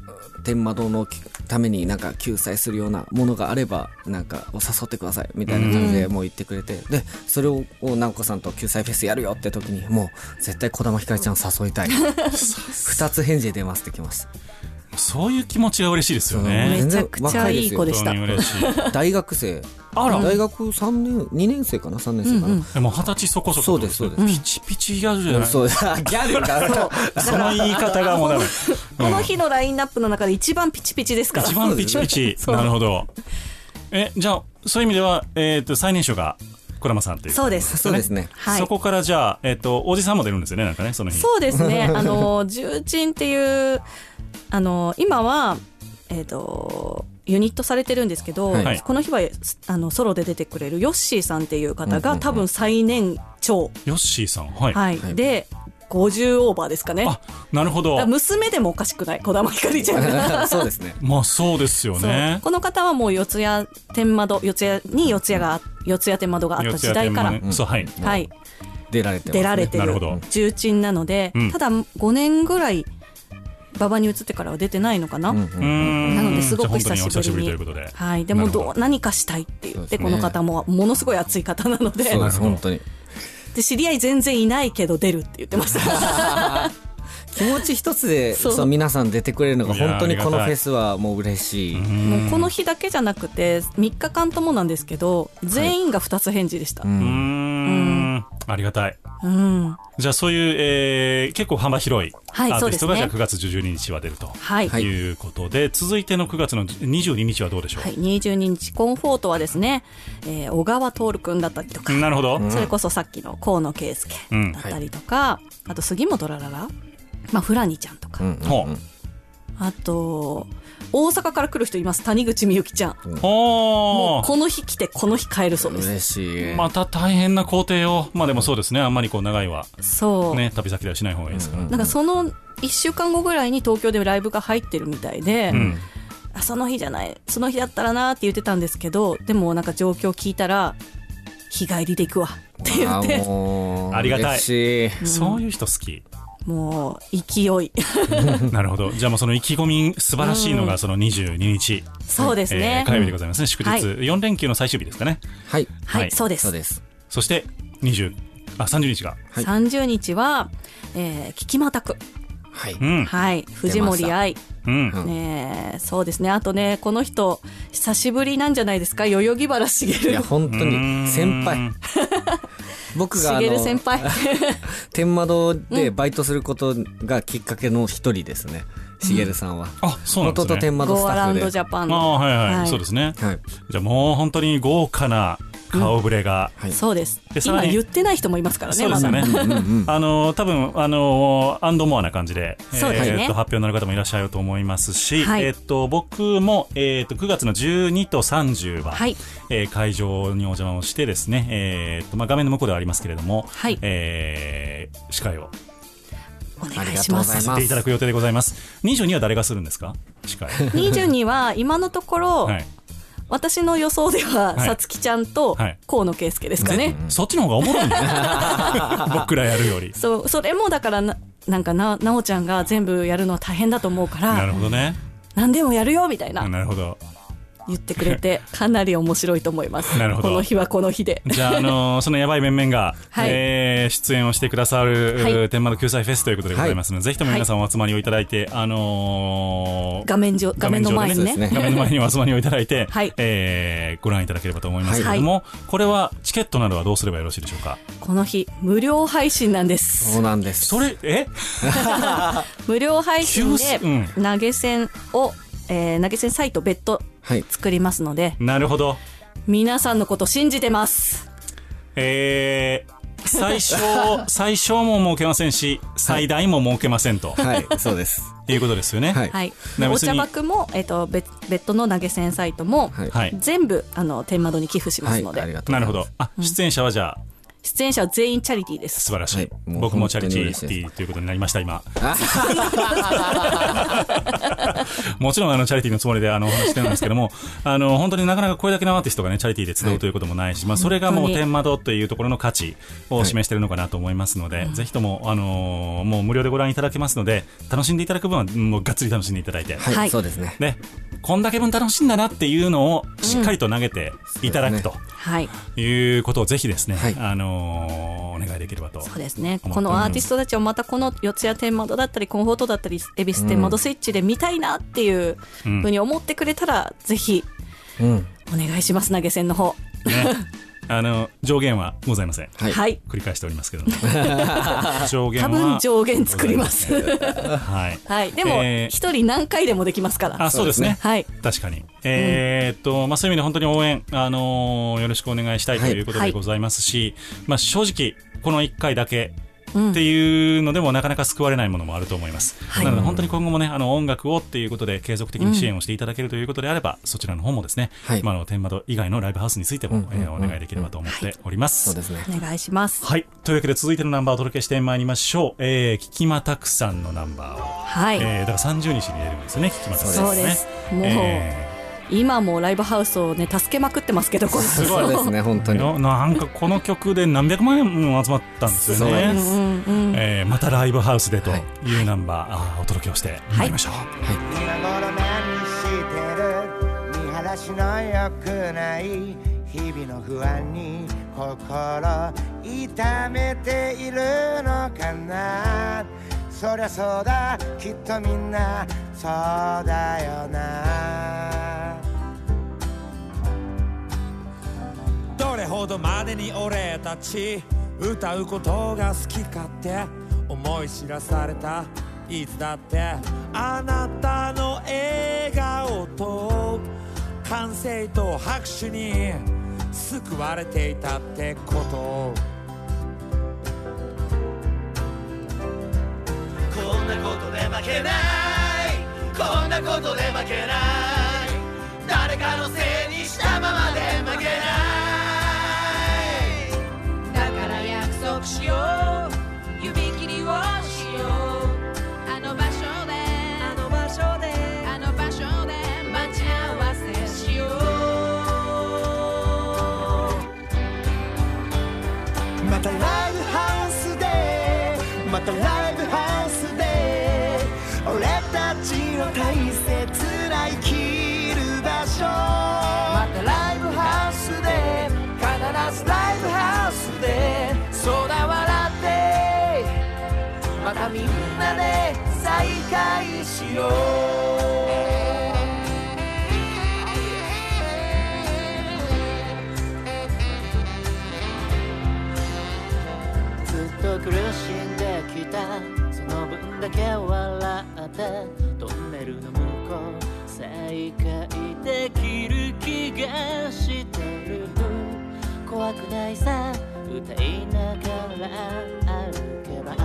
天窓のためになんか救済するようなものがあればなんかを誘ってくださいみたいな感じでもう言ってくれて、でそれを直子さんと救済フェスやるよって時にもう絶対児玉ひかりちゃん誘いたいふたつ返事で出ますってきました。 そういう気持ちが嬉しいですよね。 めちゃくちゃいい子でした。 本当に嬉しい。 大学生あら大学さんねんにねん生かなさんねん生かな、うんうん、 でも二十歳そこそこ。 そうですそうです。 ピチピチギャルじゃない、うん、 そうですギャルがその言い方がもうダメこの日のラインナップの中で一番ピチピチですから。 一番ピチピチなるほど。えじゃあそういう意味では、えー、と最年少が児玉さんという、ね、 そうですそうですね、 はい、 そこからじゃあ、えー、とおじさんも出るんですよねなんかねその日。 そうですねあの重鎮っていうあの今は、えー、とユニットされてるんですけど、はい、この日はあのソロで出てくれるヨッシーさんっていう方が、うんうんうん、多分最年長。 ヨッシーさん、はい、 はい、でごじゅうオーバーですかね。 あ、なるほど。 娘でもおかしくない児玉ひかりちゃんがそうですね。 まあそうですよね。 この方はもう四谷天窓四谷に四谷が四谷天窓があった時代から、 ね、そう、はい、 はい、 出られてますね、 出られてる重鎮なので、うん、ただごねんぐらい馬場に移ってからは出てないのかな、うんうん、なのですごく久しぶりに、 ということで、 はい、でもどう何かしたいって言って、ね、この方もものすごい熱い方なので、 そうです本当に。 で知り合い全然いないけど出るって言ってました気持ち一つでそうそう皆さん出てくれるのが本当にこのフェスはもう嬉しい。 もうこの日だけじゃなくてみっかかんともなんですけど全員がふたつ返事でした、はい、うーん、 うんありがたい、うん、じゃあそういう、えー、結構幅広いアーティストがじゃあくがつじゅうににちは出ると、はい、いうことで、続いてのくがつのにじゅうににちはどうでしょう。 はい、にじゅうににちコンフォートはですね、えー、小川徹君だったりとか、 なるほど、 それこそさっきの河野圭介だったりとか、うんはい、あと杉本ラララ、まあ、フラニちゃんとか、うんうんうん、あと大阪から来る人います。谷口みゆきちゃん、うん、もうこの日来てこの日帰るそうです。 嬉しい。また大変な工程を、まあでもそうですね、あんまりこう長いはそう、ね、旅先ではしない方がいいですから、うんうん、 なんかそのいっしゅうかんごぐらいに東京でライブが入ってるみたいで、うん、あその日じゃないその日だったらなって言ってたんですけど、でもなんか状況聞いたら日帰りで行くわって言って、 あ, ありがたい、うん、そういう人好き。 もう勢いなるほど。じゃあもうその意気込み素晴らしいのがそのにじゅうににち、うん、 そうですね、 えー、火曜日でございますね、祝日、はい、よん連休の最終日ですかね。 はい、 はいはい、そうです。 そうです。 そしてにじゅうあさんじゅうにちが、 はい、さんじゅうにちは、えー、キキマタク、 はい、 うん、はい、藤森愛、うんね、そうですね。あとね、この人久しぶりなんじゃないですか、代々木原茂。 いや本当に先輩僕があの先輩天窓でバイトすることがきっかけの一人ですね、しげるさんは。 あ、そうなんですね。 元々天窓スタッフで、 ゴーランドジャパンの、 あ、はいはい、はい、そうですね、はい、じゃあもう本当に豪華な顔ぶれが、 うん、はい、そうです。で今言ってない人もいますからね。 そうですよね、ま、あの多分あのアンドモアな感じで、 そうですね、 えー、と発表のある方もいらっしゃると思いますし、はい、えー、と僕も、えー、とくがつのじゅうにとさんじゅうは、はい、えー、会場にお邪魔をしてですね、えーとまあ、画面の向こうではありますけれども、はい、えー、司会をお願いします。 させていただく予定でございます。にじゅうには誰がするんですか、司会。 にじゅうには今のところ、はい、私の予想ではさつきちゃんと河野圭介ですかね、はい、 そっちの方がおもろいんだ僕らやるより。 そう、それもだから な, なんかななおちゃんが全部やるのは大変だと思うから、 なるほどね、 何でもやるよみたいな、 なるほど言ってくれてかなり面白いと思います。 なるほど。 この日はこの日で。 じゃあ、あのー、そのやばい面々が、はい、えー、出演をしてくださる、はい、天窓救済フェスということでございますので、はい、ぜひとも皆さんお集まりをいただいて、はい、あのー、 画面上画面の前にね、 画面の前にお集まりをいただいて、はい、えー、ご覧いただければと思いますけれども、はい、これはチケットなどはどうすればよろしいでしょうか。 この日無料配信なんです。 そうなんです。 それえ無料配信で投げ銭を、えー、投げ銭サイト別途作りますので、はい、 なるほど、 皆さんのこと信じてます。 えー、最小最小も設けませんし最大も設けませんと、 はい、そうですいうことですよね。 はい、はい、お茶箱も、えー、と 別, 別途の投げ銭サイトも、はい、全部あの天窓に寄付しますので、はい、 なるほど。あ、出演者はじゃあ、 出演者は全員チャリティーです。 素晴らしい、 はい、も僕もチャリティ本当に嬉しいですーということになりました今もちろんあのチャリティーのつもりであのお話してるんですけどもあの本当になかなかこれだけのアーティストがねチャリティーで集うということもないし、はい、まあ、それがもう天窓というところの価値を示しているのかなと思いますので、はい、ぜひとも、あのー、もう無料でご覧いただけますので楽しんでいただく分はもうがっつり楽しんでいただいて、 はい、はい、そうですね。 でこんだけ分楽しんだなっていうのをしっかりと投げていただくと、うんはい、 いうことをぜひですね、 はい、 あのー、お願いできればと。 そうですね。このアーティストたちをまたこの四谷天窓だったりコンフォートだったり恵比寿天窓スイッチで見たいなっていうふうに思ってくれたら、うん、ぜひお願いします。投げ銭の方、 ねあの上限はございません、 はい、 繰り返しておりますけども上限は多分上限作りますはい、 はい、でも一、えー、人何回でもできますから。 あ、そうですね、 はい、 確かに、えーっとまあ、そういう意味で本当に応援、あのー、よろしくお願いしたいということでございますし、はい、まあ、正直このいっかいだけっていうのでもなかなか救われないものもあると思います、はい、なので本当に今後もねあの音楽をっていうことで継続的に支援をしていただけるということであれば、うん、そちらの方もですね、はい、まあ、あの天窓以外のライブハウスについても、うんうんうん、えー、お願いできればと思っております、 はい、そうですね、お願いします。 はい、というわけで続いてのナンバーをお届けしてまいりましょう、えー、キキマタクさんのナンバーを、はい、えー、だからさんじゅうにちに出るんですよね、キキマタクさんですね。そうです、もう、えー今もライブハウスをね助けまくってますけど、これすごいですね本当に。 なんかこの曲で何百万円も集まったんですよね。そう、うんうん、えー、またライブハウスでというナンバー、はい、あお届けをしてまいりましょう。はいはい、今頃何してる見晴らしの良くない日々の不安に心痛めているのかな。そりゃそうだきっとみんなそうだよな。 どれほどまでに俺たち歌うことが好きかって思い知らされた。いつだってあなたの笑顔と歓声と拍手に救われていたってこと。こんなことで負けない、こんなことで負けない、誰かのせいにしたままで負けない。だから約束しよう、指切りをしよう、あの場所であの場所であの場所で待ち合わせしよう。またライブハウスでまたライブハウス俺たちの大切な生きる場所。またライブハウスで必ずライブハウスでそうだ笑ってまたみんなで再会しよう。ずっと苦しんできたその分だけ笑ってトンネルの向こう再会できる気がしてる。怖くないさ歌いながら歩けば。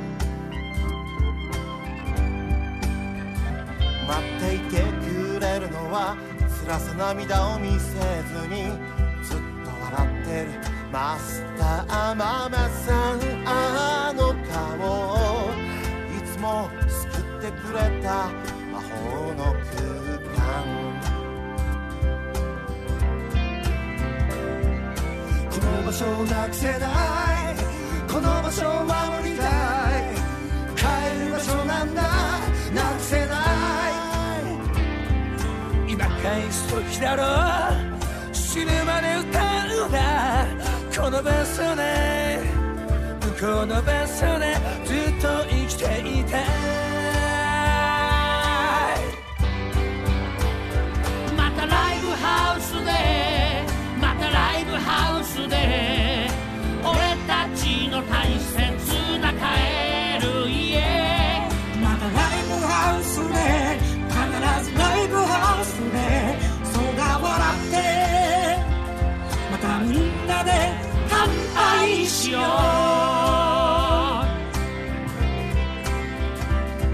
待っていてくれるのは辛さ涙を見せずにずっと笑ってるマスターママさん。あの顔いつも救ってくれた魔法の空間。この場所をなくせないこの場所を守りたい帰る場所なんだなくせない今返す時だろう死ぬまで歌うなこの場所で向こうの場所でずっと生きていたい。またライブハウスでまたライブハウスで俺たちの大切な帰る家。またライブハウスで必ずライブハウスでそうが笑ってまたみんなで乾杯しよう。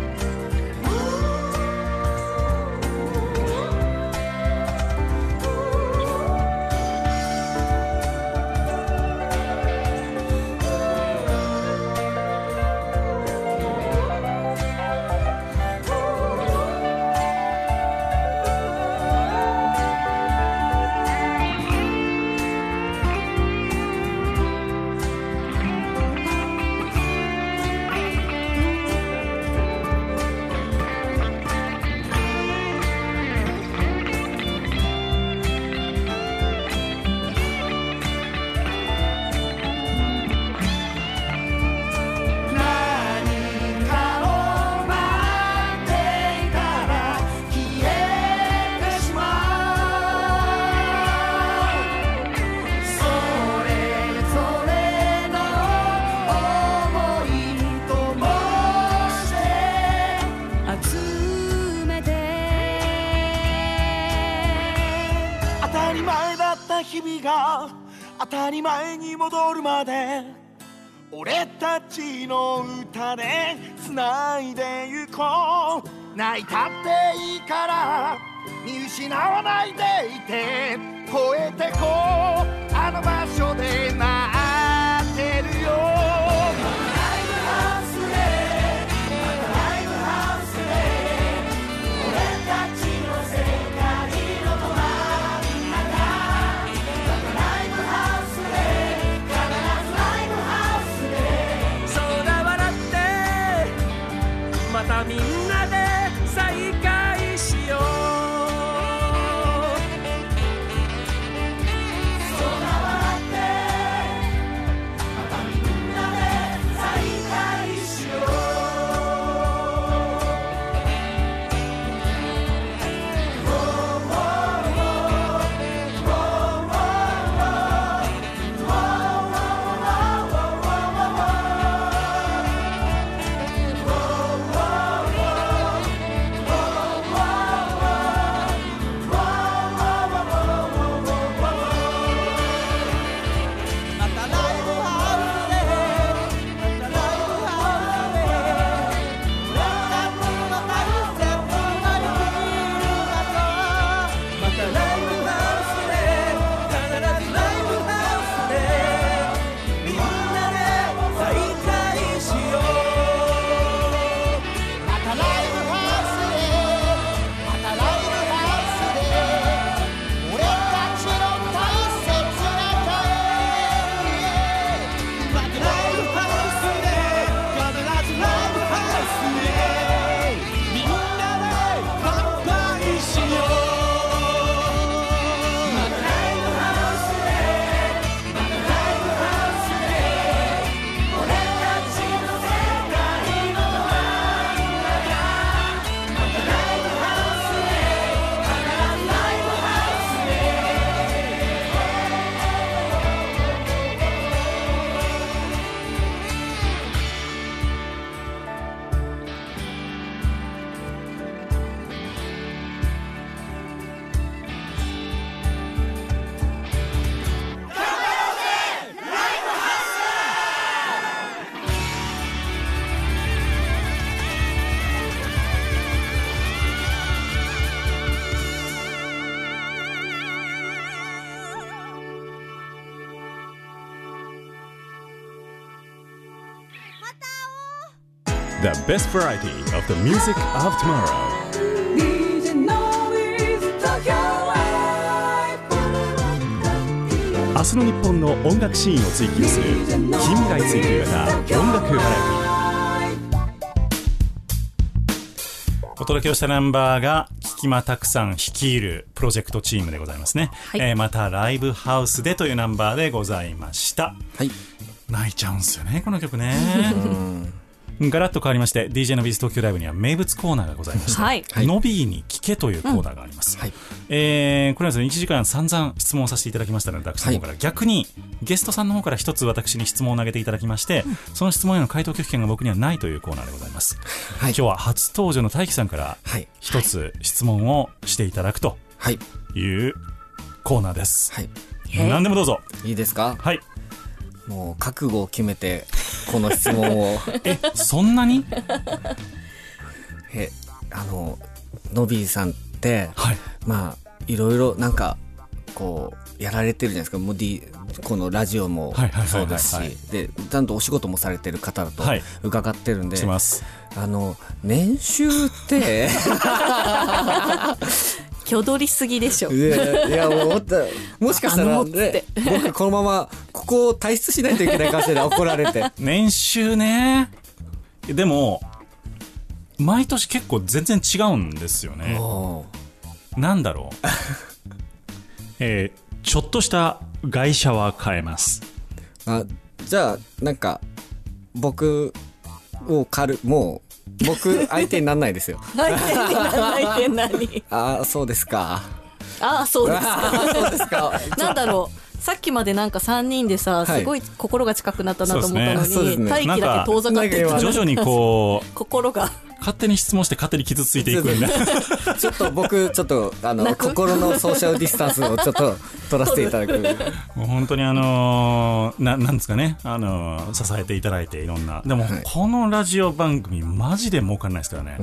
り前だった日々が当たり前に戻るまで俺たちの歌で繋いでゆこう泣いたっていいから見失わないでいて越えてこうあの場所で待ってるよみんなで再会しよう空笑ってまたみんなで再会しよ The best variety of the music of tomorrow. ディージェー の with Tokyo Live 明日の日本の音楽シーンを追求する近未来追求型音楽バラエティ。 お届けをしたナンバーが菊間拓さん率いるプロジェクトチームでございますね、はい。えー、またライブハウスでというナンバーでございました。はい。泣いちゃうんですよねこの曲ね。ガラッと変わりまして ディージェー のビズ東京ライブには名物コーナーがございまして、はい、ノビーに聞けというコーナーがあります、うん、はい。えー、これはですねいちじかん散々質問させていただきましたので私の方から、はい、逆にゲストさんの方から一つ私に質問を投げていただきまして、うん、その質問への回答拒否権が僕にはないというコーナーでございます、はい。今日は初登場の大輝さんから一つ質問をしていただくというコーナーです、はい。何でもどうぞ。 いいですか。 はい。 もう覚悟を決めてこの質問をえそんなにえあのノビーさんって、はい、まあいろいろなんかこうやられてるじゃないですか。もう D このラジオもそうですし、でちゃんとお仕事もされてる方だと伺ってるんで、 はい、 あの年収って挙取りすぎでしょ。 いやいやもうもしかしたら、ね、僕このままここを退出しないといけないかもしれない。怒られて年収ね。でも毎年結構全然違うんですよね。なんだろう、えー、ちょっとした外車は買えます。 あ、じゃあなんか僕を狩るもう僕相手にならないですよ。 相手にならないって何？ ああそうですか。 ああそうですか。 そうですか。 なんだろう。さっきまでなんかさんにんでさ、すごい心が近くなったなと思ったのに、大輝だけ遠ざかってた。 徐々にこう心が勝手に質問して勝手に傷ついていくんでちょっと僕ちょっとあの心のソーシャルディスタンスをちょっと取らせていただくもう本当にあのー、な, なんですかね、あのー、支えていただいていろんなでも、はい、このラジオ番組マジで儲かんないですからね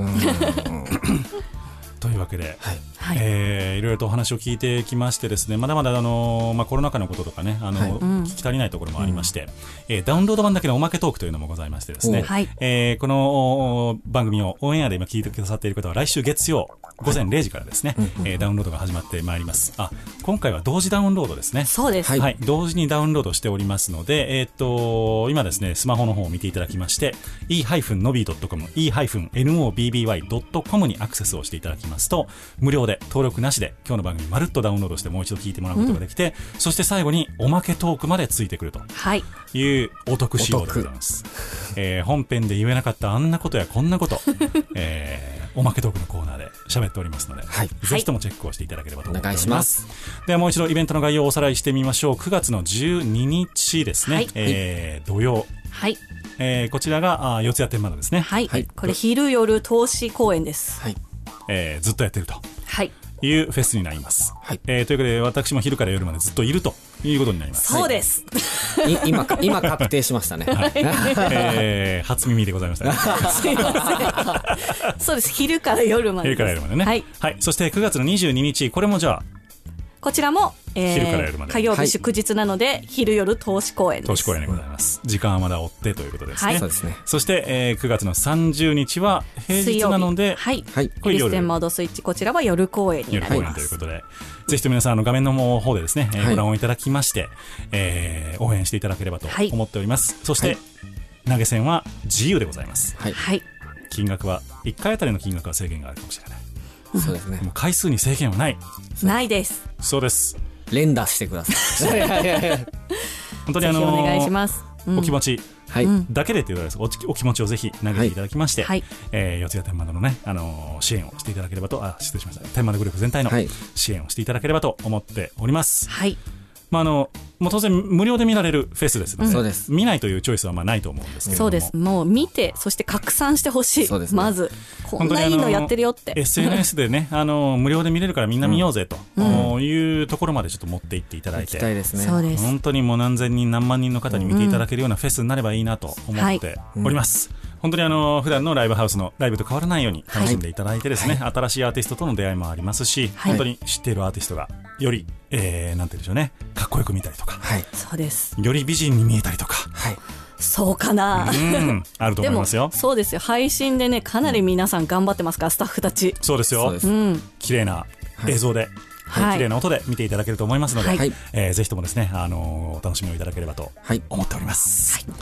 というわけで、はいはいえー、いろいろとお話を聞いてきましてですね、まだまだ、あのーまあ、コロナ禍のこととかね、あのーはいうん、聞き足りないところもありまして、うんえー、ダウンロード版だけのおまけトークというのもございましてですね、はいえー、この番組をオンエアで今聞いてくださっている方は来週月曜午前れいじからですね、はいえー、ダウンロードが始まってまいります。あ、今回は同時ダウンロードですね。 そうです、 はいはい、同時にダウンロードしておりますので、えー、っと今ですねスマホの方を見ていただきまして イーノビードットコム イーノビーワイドットコム にアクセスをしていただきますと無料で登録なしで今日の番組まるっとダウンロードしてもう一度聞いてもらうことができて、うん、そして最後におまけトークまでついてくるというお得仕様でございます、えー、本編で言えなかったあんなことやこんなこと、えー、おまけトークのコーナーで喋っておりますので、はい、ぜひともチェックをしていただければと思っております。お願いします。ではもう一度イベントの概要をおさらいしてみましょう。くがつのじゅうににちですね、はいえー、土曜、はいえー、こちらがあ四谷天満ですね、 はい、はい、これ昼夜投資公演です、はいえー、ずっとやってると、はいいうフェスになります、はいえー、ということで私も昼から夜までずっといるということになります。 そうです、 はい、今, 今確定しましたね、はいえー、初耳でございましたねすいませんそうです、昼から夜まで昼から夜までね、はいはい、そしてくがつのにじゅうににちこれもじゃあこちらも、えー、 昼から夜まで火曜日祝日なので、はい、昼夜投資公演です。 投資公演でございます、うん、時間はまだ追ってということですね、はい、 そうですね。 そして、えー、くがつのさんじゅうにちは平日なのではい、はい、エリステンモードスイッチこちらは夜公演になります。 夜公演ということでぜひと皆さんあの画面の方でですね、えー、ご覧をいただきまして、えー、応援していただければと思っております、はい、そして、はい、投げ銭は自由でございます、はい、金額はいっかいあたりの金額は制限があるかもしれない。 そうですね。 もう回数に制限はないないです。 そうです。 連打してください本当にあのー、 ぜひお願いします、 うん、お気持ちだけでということです、お, お気持ちをぜひ投げていただきまして、はいえー、四谷天満のね、あのー、支援をしていただければとあ失礼しました天満グループ全体の支援をしていただければと思っております。はいまあ、あのもう当然無料で見られるフェスですので、うん、そうです見ないというチョイスはまあないと思うんですけれども、 そうですもう見てそして拡散してほしい、ね、まずこんないいのやってるよってエスエヌエス でねあの無料で見れるからみんな見ようぜと、うん、いうところまでちょっと持っていっていただいて、 行きたいですね。 そうです本当にもう何千人何万人の方に見ていただけるようなフェスになればいいなと思っております、はいうん、本当にあの普段のライブハウスのライブと変わらないように楽しんでいただいてですね、はい、新しいアーティストとの出会いもありますし、はい、本当に知っているアーティストがより、えー、なんて言うんでしょうねかっこよく見たりとか、はい、 そうですより美人に見えたりとか、はい、 そうかなうんあると思いますよ。 でもそうですよ配信でねかなり皆さん頑張ってますから、うん、スタッフたちそうですようん、綺麗な映像で、はい、綺麗な音で見ていただけると思いますので、はいえー、ぜひともですね、あのー、お楽しみをいただければと思っております、はい、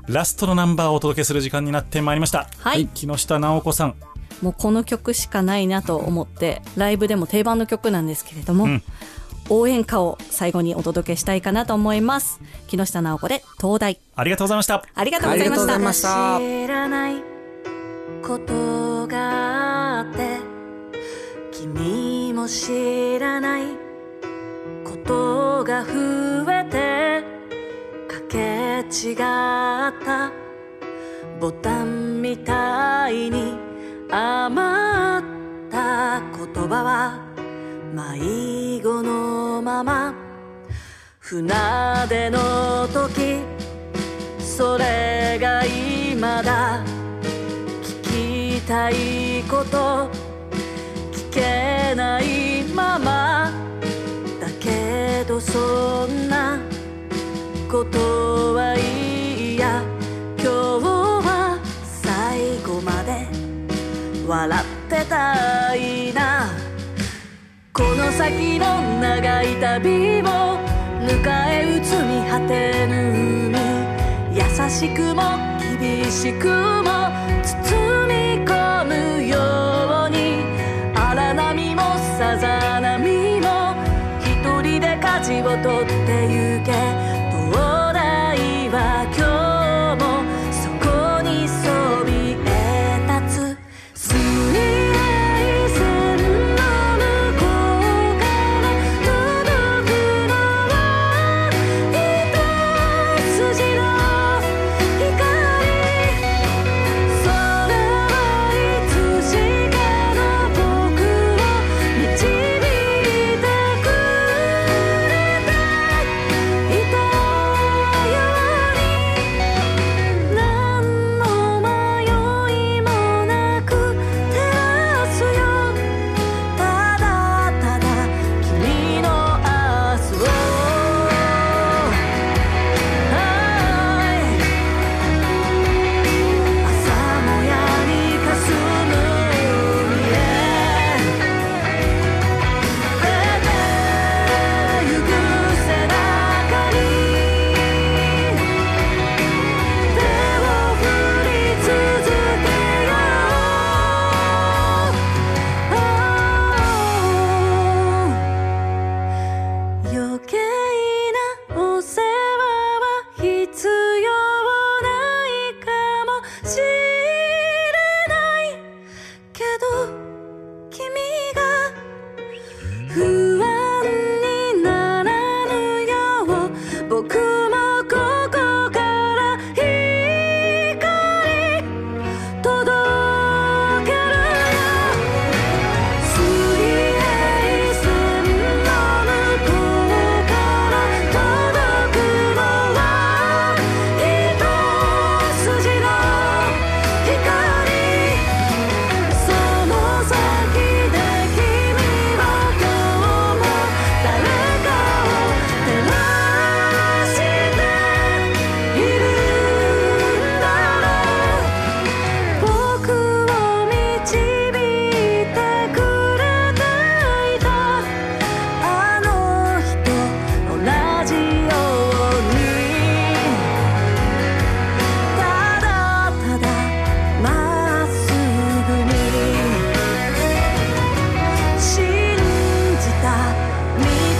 ラストのナンバーをお届けする時間になってまいりました、はい、木下直子さんもうこの曲しかないなと思ってライブでも定番の曲なんですけれども、うん応援歌を最後にお届けしたいかなと思います。木下直子で東大。 ありがとうございました。 ありがとうございました。 ました知らないことがあって君も知らないことが増えてかけ違ったボタンみたいに余った言葉は迷子のまま船出の時それが今だ聞きたいこと聞けないままだけどそんなことはいいや今日は最後まで笑ってたいなこの先の長い旅を迎え撃つ見果てぬ海優しくも厳しくも包み込むように荒波もさざ波も一人で舵を取ってゆけ灯台は今日もそこにそびえ立つ水平線の向こうから届くのは一筋の光それは一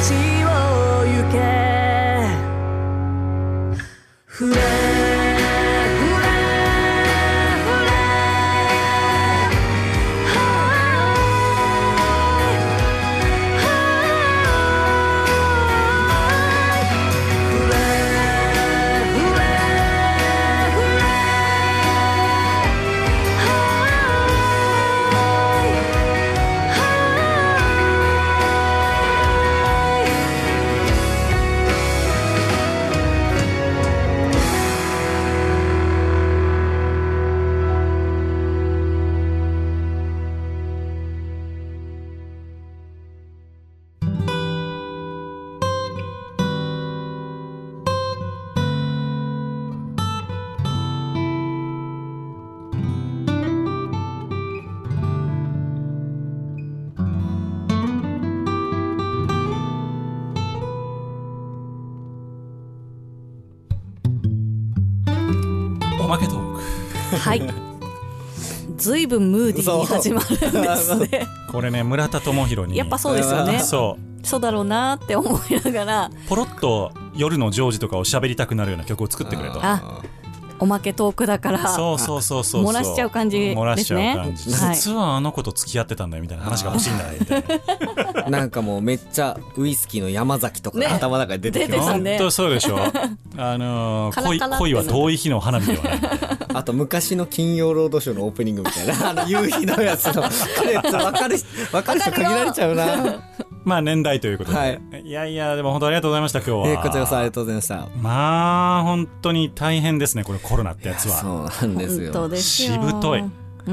を行けフレおまけトークはいずいぶんムーディーに始まるんですねこれね村田智弘にやっぱそうですよねそうそうだろうなって思いながらポロッと夜のジョージとかを喋りたくなるような曲を作ってくれとあおまけトークだからそうそうそうそう漏らしちゃう感じですね漏らしちゃう感じ、 はい、 実はあの子と付き合ってたんだよみたいな話が欲しいんだよみたいななんかもうめっちゃウイスキーの山崎とかが頭の中に出てきて、 ね、 本当そうでしょあのー、恋, 恋は遠い日の花火ではないあと昔の金曜ロードショーのオープニングみたいなあの夕日のやつの分かる分かる人限られちゃうなまあ年代ということで、はい、いやいやでも本当ありがとうございました今日は、 えー、こちらこそありがとうございました。 まあ本当に大変ですねこれコロナってやつは。 そうなんですよ。 本当ですよ。 しぶとい。 うん、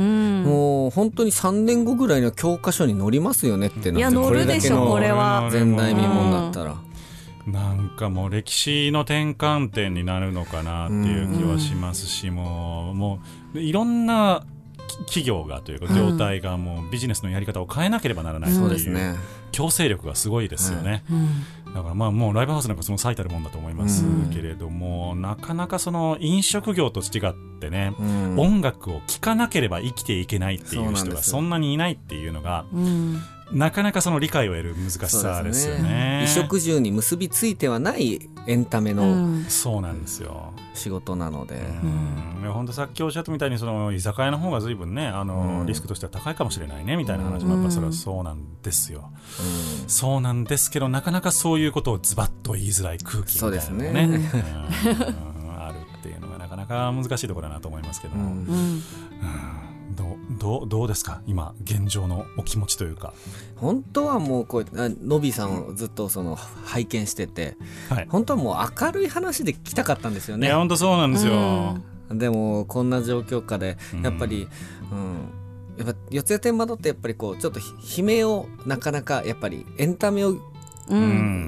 もう本当にさんねんごぐらいの教科書に載りますよねってなって、 いや載るでしょこれは前代未聞だったらなんかもう歴史の転換点になるのかなっていう気はしますし、うん、もうもういろんな企業がというか業態がもうビジネスのやり方を変えなければならないという強制力がすごいですよね、うん、だからまあもうライブハウスなんかその最たるもんだと思いますけれども、うん、なかなかその飲食業と違ってね、うん、音楽を聴かなければ生きていけないっていう人がそんなにいないっていうのが、うん、なかなかその理解を得る難しさですよ ね, ね衣食住に結びついてはないエンタメの、うん、 そうなんですよ仕事なので、 うん、いや本当さっきおっしゃったみたいにその居酒屋の方が随分ねあの、うん、リスクとしては高いかもしれないねみたいな話もやっぱそれはそうなんですよ、うん、そうなんですけどなかなかそういうことをズバッと言いづらい空気みたいなのが ね, ね、うん、あるっていうのがなかなか難しいところだなと思いますけども、うんうんどう、どう、どうですか今現状のお気持ちというか。 本当はもうこうのびさんをずっとその拝見してて、はい、本当はもう明るい話で来たかったんですよね。 いや本当そうなんですよ、 うん、でもこんな状況下でやっぱり、うんうん、やっぱ四谷天窓ってやっぱりこうちょっと悲鳴をなかなかやっぱりエンタメをうん、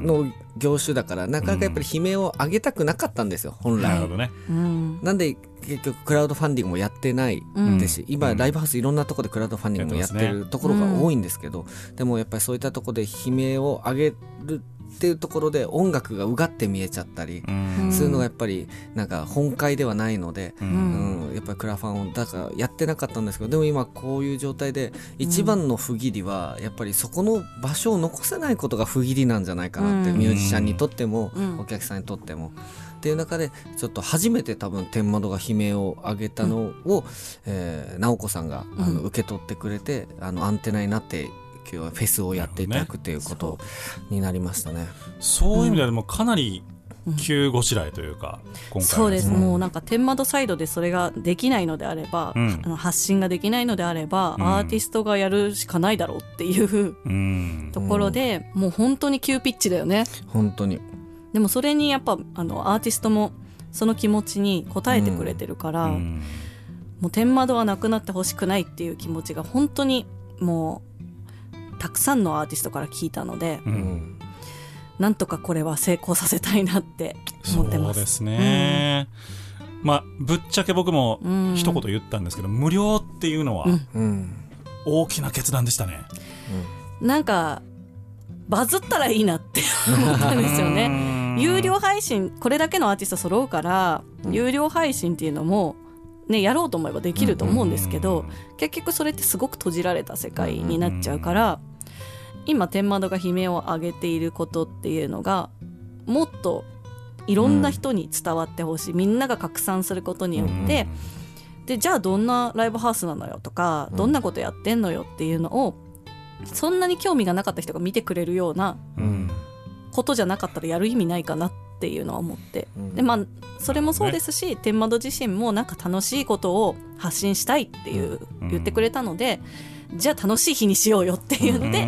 の業種だからなかなかやっぱり悲鳴を上げたくなかったんですよ本来。 なるほどね、 うん、なんで結局クラウドファンディングもやってないですし、うん、今ライブハウスいろんなところでクラウドファンディングもやってるところが多いんですけど、うん、でもやっぱりそういったところで悲鳴を上げるっていうところで音楽がうがって見えちゃったり、うん、そういうのがやっぱりなんか本会ではないので、うんうん、やっぱりクラファンをだからやってなかったんですけど、でも今こういう状態で一番の不義理はやっぱりそこの場所を残せないことが不義理なんじゃないかなって、うん、ミュージシャンにとっても、うん、お客さんにとってもっていう中でちょっと初めて多分天窓が悲鳴を上げたのを、うんえー、直子さんがあの受け取ってくれて、あのアンテナになって今日はフェスをやっていただくということになりましたね。 そういう意味ではもかなり急ごしらえというか、 うん、今回そうです、うん、もうなんか天窓サイドでそれができないのであれば、うん、あの発信ができないのであれば、うん、アーティストがやるしかないだろうっていう、うん、ところで、うん、もう本当に急ピッチだよね本当に。 でもそれにやっぱあのアーティストもその気持ちに応えてくれてるから、うん、もう天窓はなくなってほしくないっていう気持ちが本当にもうたくさんのアーティストから聞いたので、うん、なんとかこれは成功させたいなって思ってます。 そうですね、うん、まあぶっちゃけ僕も一言言ったんですけど、うん、無料っていうのは大きな決断でしたね、 うん、なんかバズったらいいなって思ったんですよね有料配信これだけのアーティスト揃うから、うん、有料配信っていうのもね、やろうと思えばできると思うんですけど、結局それってすごく閉じられた世界になっちゃうから、 今天窓が悲鳴を上げていることっていうのがもっといろんな人に伝わってほしい、うん、みんなが拡散することによって、うん、でじゃあどんなライブハウスなのよとか、うん、どんなことやってんのよっていうのをそんなに興味がなかった人が見てくれるようなことじゃなかったらやる意味ないかなっていうのは思って、うん、でまあそれもそうですし、ね、天窓自身もなんか楽しいことを発信したいっていう、うん、言ってくれたので、じゃあ楽しい日にしようよって言って、うん、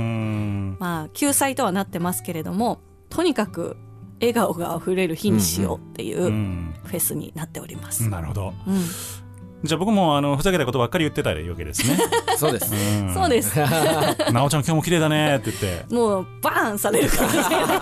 まあ救済とはなってますけれども、とにかく笑顔があふれる日にしようっていうフェスになっております、 うんうん、なるほど、うん、じゃあ僕もあのふざけたことばっかり言ってたらいいわけですねそうです、 うん、そうですなおちゃん今日も綺麗だねって言ってもうバーンされるかもしれ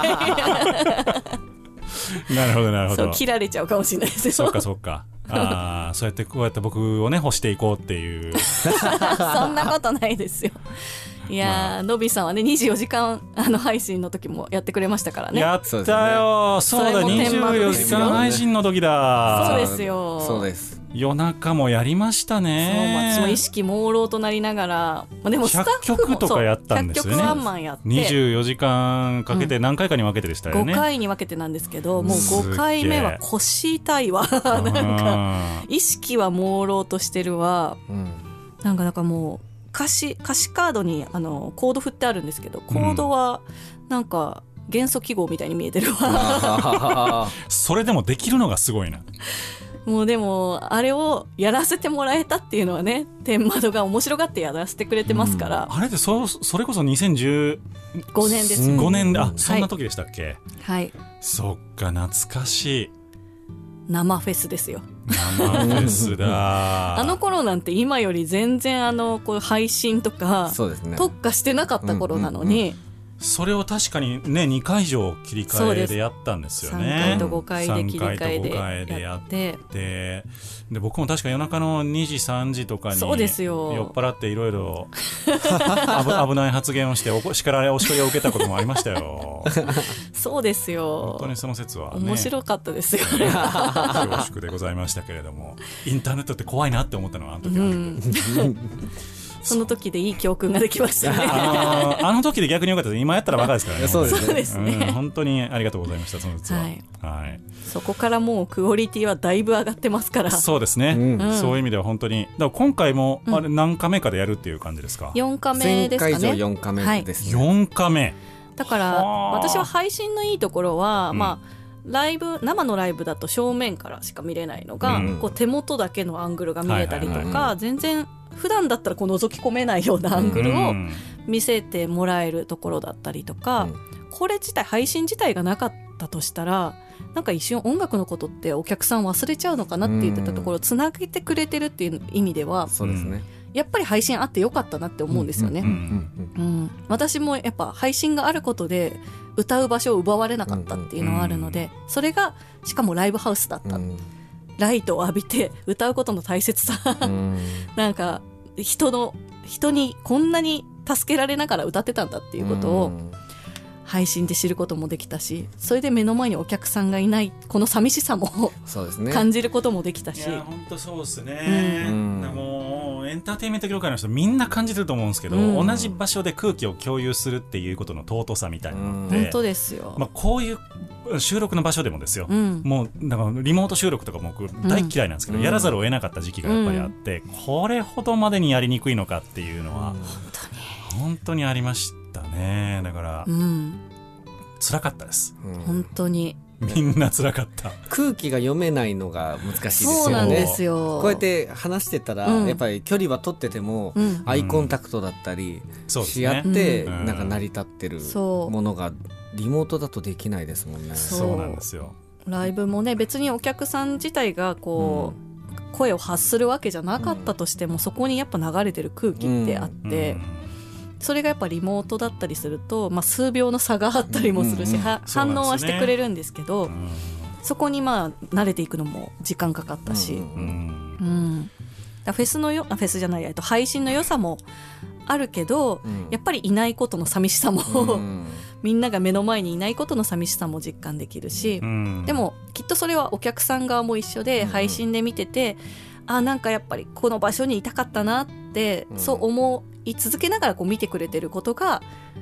ないなるほどなるほど、 そう切られちゃうかもしれないですよ。 そうかそうかあそうやってこうやって僕をね干していこうっていうそんなことないですよ。いやー、まあ、のびさんはねにじゅうよじかんあの配信の時もやってくれましたからね。 やったよ、そうだ、にじゅうよじかん配信の時だ。 そうですよ、 そうです。 夜中もやりましたね。 そう、私も意識朦朧となりながら、まあ、でもスタッフもひゃっきょくとかやったんですよね。 ひゃっきょくワンマンやってにじゅうよじかんかけて何回かに分けてでしたよね、 うん、ごかいに分けてなんですけど、もうごかいめは腰痛いわなんか意識は朦朧としてるわ、うん、なんかなんかもう歌詞、歌詞カードにあのコード振ってあるんですけど、コードはなんか元素記号みたいに見えてるわそれでもできるのがすごいな。 もうでもあれをやらせてもらえたっていうのはね、天窓が面白がってやらせてくれてますから、 うん、あれで そ, それこそにせんじゅうごねんですよ。 ごねんで、あ、そんな時でしたっけ。 はい、 そっか、懐かしい。 生フェスですよ。 生フェスだあの頃なんて今より全然あのこう配信とか特化してなかった頃なのに、うんうんうん、 それを確かにねにかい以上切り替えでやったんですよね。 さんかいとごかいで切り替えでやってで, で僕も確か夜中のにじさんじとかに酔っ払っていろいろ危ない発言をしてお叱られお叱りを受けたこともありましたよそうですよ、 本当にその説は、ね、 面白かったですよ恐縮でございましたけれども、インターネットって怖いなって思ったのはあの時は、うんその時でいい教訓ができましたねあの、あの時で逆に良かったです。今やったらバカですからね。 そうですね、ですね、 うん、本当にありがとうございました。その説は、はいはい、 そこからもうクオリティはだいぶ上がってますから。 そうですね、うん、そういう意味では本当にだから今回もあれ何カメかでやるっていう感じですか。 よんかめですかね。 前回以上よんかめですね、 はい、よんかめだから私は配信のいいところは、うん、まあライブ生のライブだと正面からしか見れないのが、うん、こう手元だけのアングルが見えたりとか、はいはいはい、全然普段だったらこう覗き込めないようなアングルを見せてもらえるところだったりとか、うん、これ自体配信自体がなかったとしたらなんか一瞬音楽のことってお客さん忘れちゃうのかなって言ってたところをつなげてくれてるっていう意味では、 そうですね、 やっぱり配信あってよかったなって思うんですよね。私もやっぱ配信があることで歌う場所を奪われなかったっていうのはあるので、それがしかもライブハウスだった、うん、ライトを浴びて歌うことの大切さ、うん、なんか人の人にこんなに助けられながら歌ってたんだっていうことを配信で知ることもできたし、それで目の前にお客さんがいないこの寂しさもそうです、ね、感じることもできたし。 いや本当そうですね、うん、でもエンターテインメント業界の人みんな感じてると思うんですけど、うん、同じ場所で空気を共有するっていうことの尊さみたいなのって、 うん、本当ですよ、 まあ、こういう収録の場所でもですよ、うん、もうだからリモート収録とかも僕大嫌いなんですけど、うん、やらざるを得なかった時期がやっぱりあって、うん、これほどまでにやりにくいのかっていうのは、うん、本当に本当にありましたね。だから、うん、辛かったです、 うん、本当にみんな辛かった。 空気が読めないのが難しいですよね。 そうなんですよ。 こうやって話してたら、うん、やっぱり距離は取ってても、うん、アイコンタクトだったりし合って、うん、なんか成り立ってるものがリモートだとできないですもんね。 そう、そうなんですよ。 ライブもね別にお客さん自体がこう、うん、声を発するわけじゃなかったとしても、うん、そこにやっぱ流れてる空気ってあって、うんうん、それがやっぱリモートだったりすると、まあ、数秒の差があったりもするし、うんうん、反応はしてくれるんですけど、うん、そこにまあ慣れていくのも時間かかったし、うんうんうん、だフェスのよフェスじゃないやと配信の良さもあるけど、うん、やっぱりいないことの寂しさも、うん、みんなが目の前にいないことの寂しさも実感できるし、うん、でもきっとそれはお客さん側も一緒で、配信で見てて、うん、あなんかやっぱりこの場所にいたかったなって、うん、そう思い続けながらこう見てくれてることが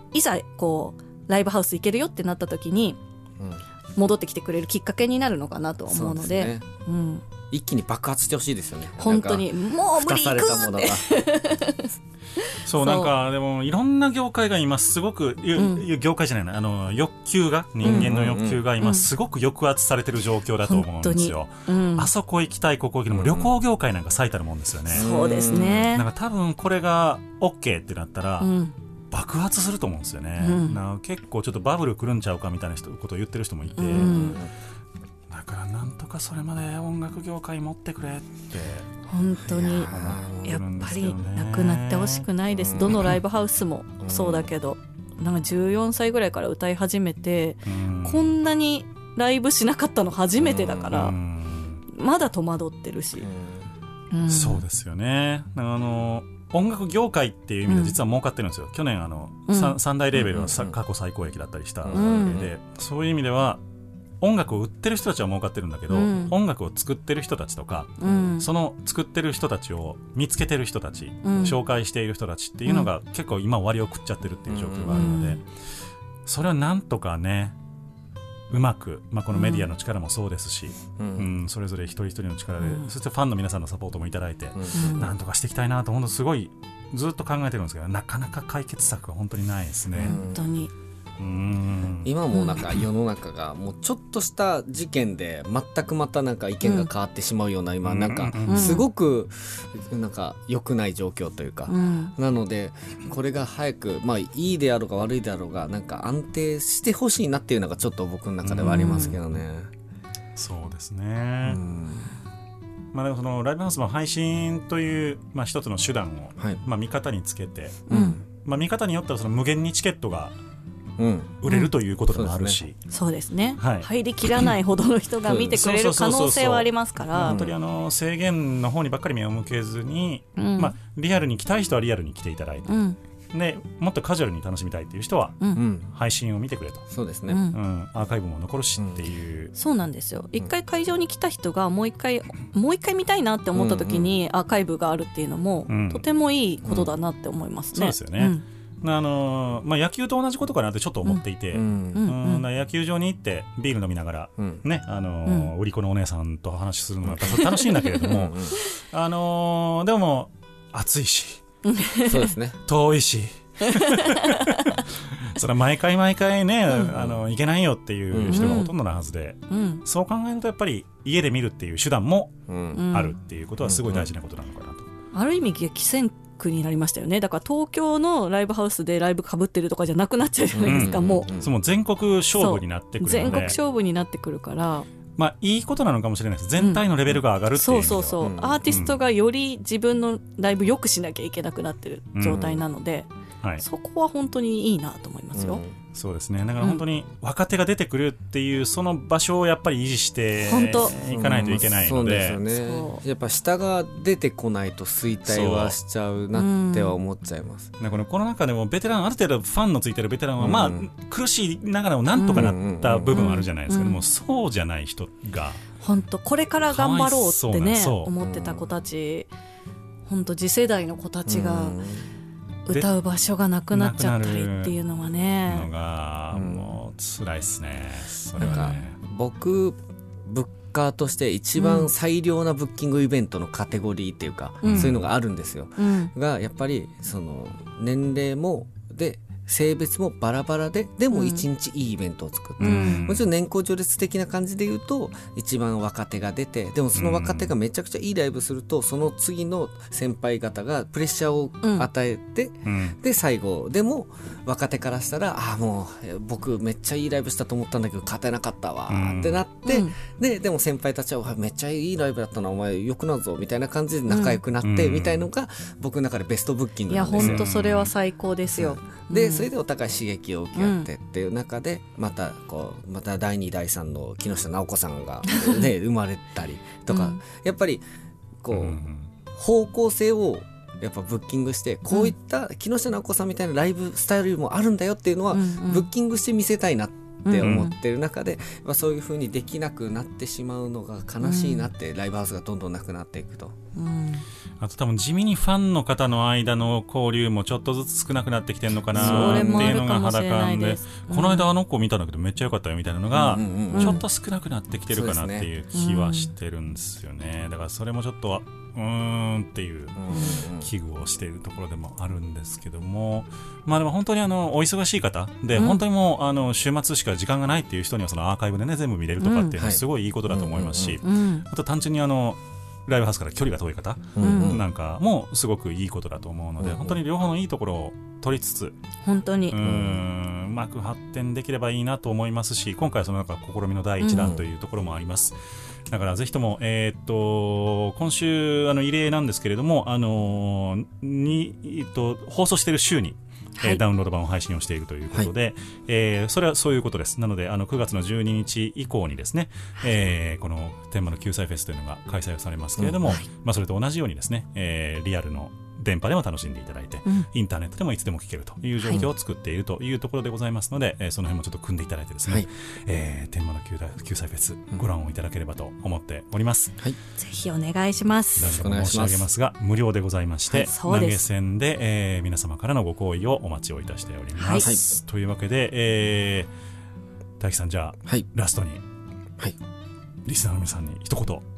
いざこうライブハウス行けるよってなった時に、うん、戻ってきてくれるきっかけになるのかなと思うので、ね、うん、 一気に爆発してほしいですよね。 本当にもう無理行くってそうなんかでもいろんな業界が今すごく、うん、業界じゃないなあの欲求が人間の欲求が今すごく抑圧されてる状況だと思うんですよ、うんうん、あそこ行きたいここ行きたいも旅行業界なんか最たるもんですよね、 うん、そうですね。 なんか多分これが OK ってなったら、うん、爆発すると思うんですよね、うん、なんか結構ちょっとバブル来るんちゃうかみたいな人ことを言ってる人もいて、うん、だからなんとかそれまで音楽業界持ってくれって本当にやっぱりなくなってほしくないです。どのライブハウスもそうだけど、なんかじゅうよんさいぐらいから歌い始めて、こんなにライブしなかったの初めてだからまだ戸惑ってるし、 うん、そうですよね。あの音楽業界っていう意味で実は儲かってるんですよ、うん、去年あの、うん、三大レーベルは過去最高益だったりしたわけで、うん、そういう意味では音楽を売ってる人たちは儲かってるんだけど、うん、音楽を作ってる人たちとか、うん、その作ってる人たちを見つけてる人たち、うん、紹介している人たちっていうのが結構今割を食っちゃってるっていう状況があるので、うん、それはなんとかねうまく、まあ、このメディアの力もそうですし、うんうん、それぞれ一人一人の力で、うん、そしてファンの皆さんのサポートもいただいて、うん、なんとかしていきたいなと本当すごいずっと考えてるんですけど、なかなか解決策が本当にないですね。 本当にうん今もなんか世の中がもうちょっとした事件で全くまたなんか意見が変わってしまうような今なんかすごくなんか良くない状況というか、なのでこれが早くまあいいであろうが悪いであろうがなんか安定してほしいなっていうのがちょっと僕の中ではありますけどね。 そうですね。まあ、でもそのライブハウスも配信という、まあ、一つの手段を、はいまあ、見方につけて、うんまあ、見方によってはその無限にチケットが売れるということでもあるし、 うん、そうですね、はい、入りきらないほどの人が見てくれる可能性はありますから本当にあの制限の方にばっかり目を向けずに、うんまあ、リアルに来たい人はリアルに来ていただいて、うん、でもっとカジュアルに楽しみたいという人は、うん、配信を見てくれと。 そうですね、 うんうん、アーカイブも残るしっていう、うん、 そうなんですよ。一回会場に来た人がもう一回もう一回見たいなって思った時にアーカイブがあるっていうのも、うん、とてもいいことだなって思いますね、 うん、そうですよね、うんあのーまあ、野球と同じことかなってちょっと思っていて、うんうんうん、野球場に行ってビール飲みながら、うんねあのーうん、売り子のお姉さんと話するのが楽しいんだけれどもうん、あのー、でも暑いしそうですね遠いしそれは毎回毎回ね、うん、あの行けないよっていう人がほとんどなはずで、うん、そう考えるとやっぱり家で見るっていう手段もあるっていうことはすごい大事なことなのかなと、 うん、ある意味激戦区になりましたよね。だから東京のライブハウスでライブ被ってるとかじゃなくなっちゃうじゃないですか、うん、もう、 うん、その全国勝負になってくるので全国勝負になってくるからまあいいことなのかもしれないです。全体のレベルが上がるっていう、うん、 そうそうそう、うん、アーティストがより自分のライブ良くしなきゃいけなくなってる状態なので、うんはい、そこは本当にいいなと思いますよ、うん、 そうですね。だから本当に若手が出てくるっていうその場所をやっぱり維持していかないといけないので、 そうですよね。やっぱ下が出てこないと衰退はしちゃうなっては思っちゃいます。 このコロナ禍でもベテランある程度ファンのついてるベテランはまあ苦しいながらもなんとかなった部分はあるじゃないですか、うんうんうん、でもそうじゃない人が本当これから頑張ろうってね思ってた子たち、本当次世代の子たちが歌う場所がなくなっちゃったりっていうのはねのがもう辛いですね、うん、それはね。 なんか僕ブッカーとして一番最良なブッキングイベントのカテゴリーっていうか、うん、そういうのがあるんですよ、うん、がやっぱりその年齢もで性別もバラバラででも一日いいイベントを作って、うん、もちろん年功序列的な感じで言うと一番若手が出て、でもその若手がめちゃくちゃいいライブするとその次の先輩方がプレッシャーを与えて、うん、で最後でも若手からしたらああもう僕めっちゃいいライブしたと思ったんだけど勝てなかったわってなって、うん、で, でも先輩たちはめっちゃいいライブだったなお前よくなるぞみたいな感じで仲良くなって、うん、みたいのが僕の中でベストブッキングなんですよ。 いや本当それは最高ですよ、 うん、でそれでお互い刺激を受け合ってっていう中で、うん、またこうまただいにだいさんの木下直子さんが、ね、生まれたりとか、うん、やっぱりこう、うん、方向性をやっぱブッキングしてこういった木下直子さんみたいなライブスタイルもあるんだよっていうのは、うん、ブッキングして見せたいなっって思ってる中で、まあ、そういう風にできなくなってしまうのが悲しいなって、うん、ライブハウスがどんどんなくなっていくと、 うん、 あと多分地味にファンの方の間の交流もちょっとずつ少なくなってきてるのかなっていうのが肌感で、うん、この間あの子見たんだけどめっちゃ良かったよみたいなのがちょっと少なくなってきてるかなっていう気はしてるんですよね。だからそれもちょっとうーんっていう危惧をしているところでもあるんですけども、まあでも本当にあのお忙しい方で、うん、本当にもうあの週末しか時間がないっていう人にはそのアーカイブでね全部見れるとかっていうのはすごいいいことだと思いますし、あと単純にあのライブハウスから距離が遠い方なんかもすごくいいことだと思うので、うん、本当に両方のいいところを取りつつ本当にうーんうまく発展できればいいなと思いますし、今回はそのなんか試みの第一弾というところもあります、うん、だからぜひとも、えー、っと今週あの異例なんですけれども、あのーにえー、っと放送している週にはい、ダウンロード版を配信をしているということで、はい、えー、それはそういうことです。なのであのくがつのじゅうににち以降にですね、はい、えー、この天満の救済フェスというのが開催をされますけれども、うん、はい、まあ、それと同じようにですね、えー、リアルの電波でも楽しんでいただいて、うん、インターネットでもいつでも聞けるという状況を作っているというところでございますので、はい、えー、その辺もちょっと組んでいただいてですね、はい、えー、天満の救済フェスご覧をいただければと思っております、 はい、ぜひお願いします。 よろしくお願いします。申し上げますが無料でございまして、はい、投げ銭で、えー、皆様からのご好意をお待ちをいたしております、はい、というわけで、えー、大樹さんじゃあ、はい、ラストに、はい、リスナーの皆さんに一言、はい、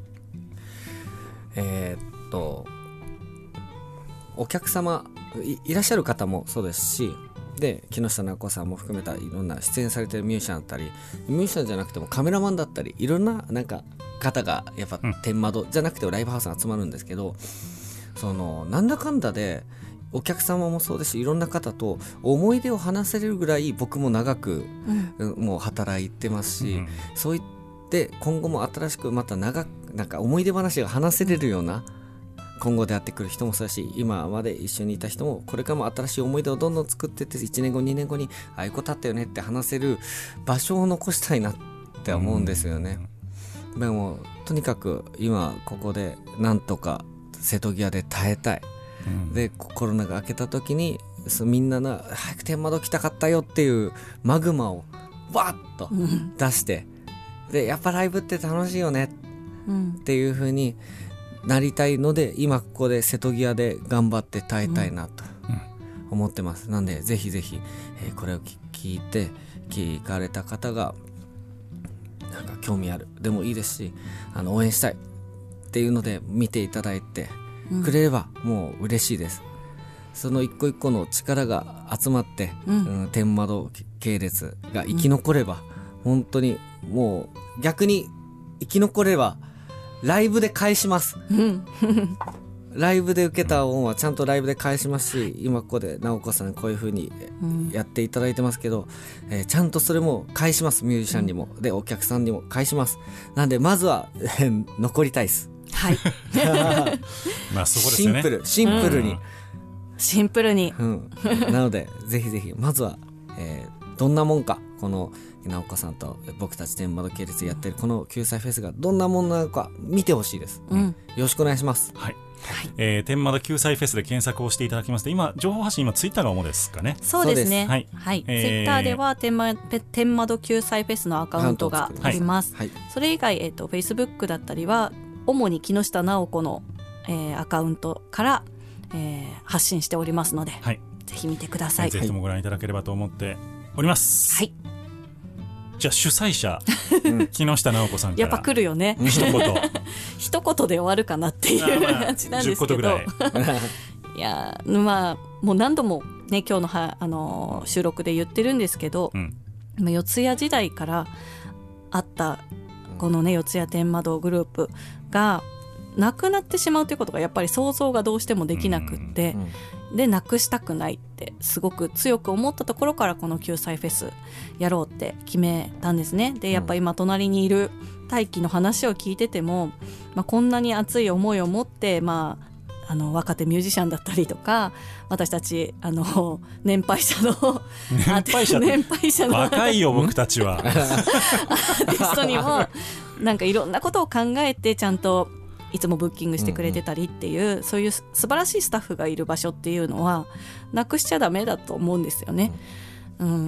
えー、っとお客様 い, いらっしゃる方もそうですし、で木下直子さんも含めたいろんな出演されているミュージシャンだったり、ミュージシャンじゃなくてもカメラマンだったり、いろんななんか方がやっぱ天窓じゃなくてライブハウスに集まるんですけど、そのなんだかんだでお客様もそうですし、いろんな方と思い出を話せるぐらい僕も長く、うん、もう働いてますし、うん、そういって今後も新しくまた長くなんか思い出話が話せれるような今後でやってくる人もそうだし、今まで一緒にいた人もこれからも新しい思い出をどんどん作っていっていちねんごにねんごにああいうことあったよねって話せる場所を残したいなって思うんですよね、うん、でもとにかく今ここでなんとか瀬戸際で耐えたい、うん、でコロナが明けた時にみんなの早く天窓来たかったよっていうマグマをバッと出して、うん、でやっぱライブって楽しいよねっていう風になりたいので、今ここで瀬戸際で頑張って耐えたいなと思ってます、うん、なんでぜひぜひ、えー、これを聞いて聞かれた方がなんか興味あるでもいいですし、あの応援したいっていうので見ていただいてくれればもう嬉しいです、うん、その一個一個の力が集まって、うんうん、天窓系列が生き残れば、うん、本当にもう逆に生き残ればライブで返します、うん、ライブで受けた恩はちゃんとライブで返しますし、今ここで直子さんこういう風にやっていただいてますけど、えー、ちゃんとそれも返します。ミュージシャンにもでお客さんにも返します。なんでまずは残りたいです。 はいまあそこですよね。 シンプルシンプルに、うん、 シンプルに、 うん、なのでぜひぜひまずは、えー、どんなもんかこの直子さんと僕たち天窓系列やってるこの救済フェスがどんなものなのか見てほしいです、うん、よろしくお願いします。 はい、はい、えー、天窓救済フェスで検索をしていただきますと、今情報発信今ツイッターが主ですかね。 そうですね、はい、はい、 えー、 ツイッターでは天窓、天窓救済フェスのアカウントがあります、はい、それ以外、えーと、Facebook だったりは主に木下直子の、えー、アカウントから、えー、発信しておりますので、はい、ぜひ見てください。 ぜひともご覧いただければと思っております。はい、じゃあ主催者木下直子さんからやっぱ来るよね一言一言で終わるかなっていう感じなんですけど、まあ、じゅっことぐらいいやまあもう何度もね今日のはあのー、収録で言ってるんですけど、うん、四谷時代からあったこのね四谷天窓グループがなくなってしまうということがやっぱり想像がどうしてもできなくって、うんうん、でなくしたくないってすごく強く思ったところからこの救済フェスやろうって決めたんですね。でやっぱ今隣にいる大輝の話を聞いてても、まあ、こんなに熱い思いを持って、まあ、あの若手ミュージシャンだったりとか私たちあの年配者の年配者年配者の若いよ僕たちはアーティストにもなんかいろんなことを考えてちゃんといつもブッキングしてくれてたりっていう、うんうん、そういう素晴らしいスタッフがいる場所っていうのはなくしちゃダメだと思うんですよね、うん、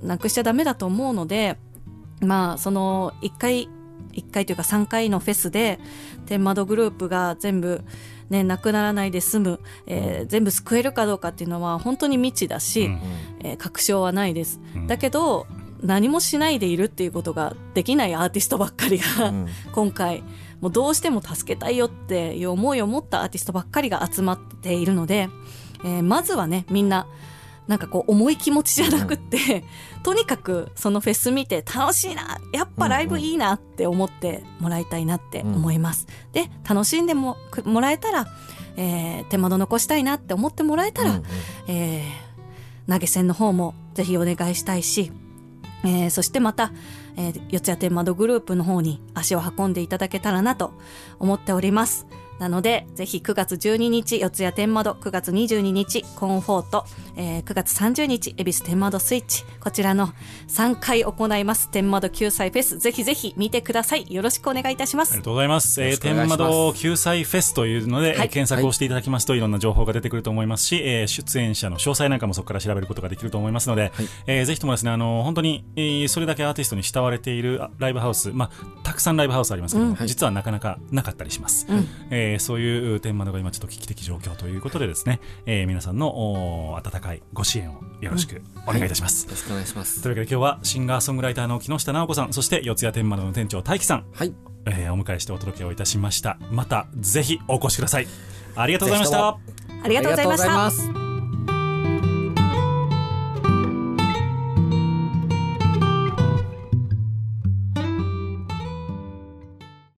なくしちゃダメだと思うので、まあそのいっかいいっかいというかさんかいのフェスで天窓グループが全部ね、なくならないで済む、えー、全部救えるかどうかっていうのは本当に未知だし、うんえー、確証はないです、うん、だけど何もしないでいるっていうことができないアーティストばっかりが、うん、今回もうどうしても助けたいよっていう思いを持ったアーティストばっかりが集まっているので、えー、まずはねみんななんかこう重い気持ちじゃなくって、うん、とにかくそのフェス見て楽しいな、やっぱライブいいなって思ってもらいたいなって思います、うん、で楽しんで も, もらえたら、えー、手間残したいなって思ってもらえたら、うんうんえー、投げ銭の方もぜひお願いしたいし、えー、そしてまた、えー、四谷天窓グループの方に足を運んでいただけたらなと思っております。なのでぜひくがつじゅうににち四谷天窓、くがつにじゅうににちコンフォート、えー、くがつさんじゅうにち恵比寿天窓スイッチ、こちらのさんかい行います天窓救済フェス、ぜひぜひ見てください。よろしくお願いいたします。 ありがとうございます。えー、天窓救済フェスというので、はい、検索をしていただきますといろんな情報が出てくると思いますし、えー、出演者の詳細なんかもそこから調べることができると思いますので、はいえー、ぜひともですね、あの本当に、えー、それだけアーティストに慕われているライブハウス、まあ、たくさんライブハウスありますけども、うん、実はなかなかなかったりします、うんえー、そういう天窓が今ちょっと危機的状況ということでですね、えー、皆さんの温かいご支援をよろしくお願いいたします、 うんはい、よろしくお願いします。 というわけで今日はシンガーソングライターの木下直子さん、そして四谷天窓の店長大樹さん、はいえー、お迎えしてお届けをいたしました。またぜひお越しください。ありがとうございました。 ありがとうございました。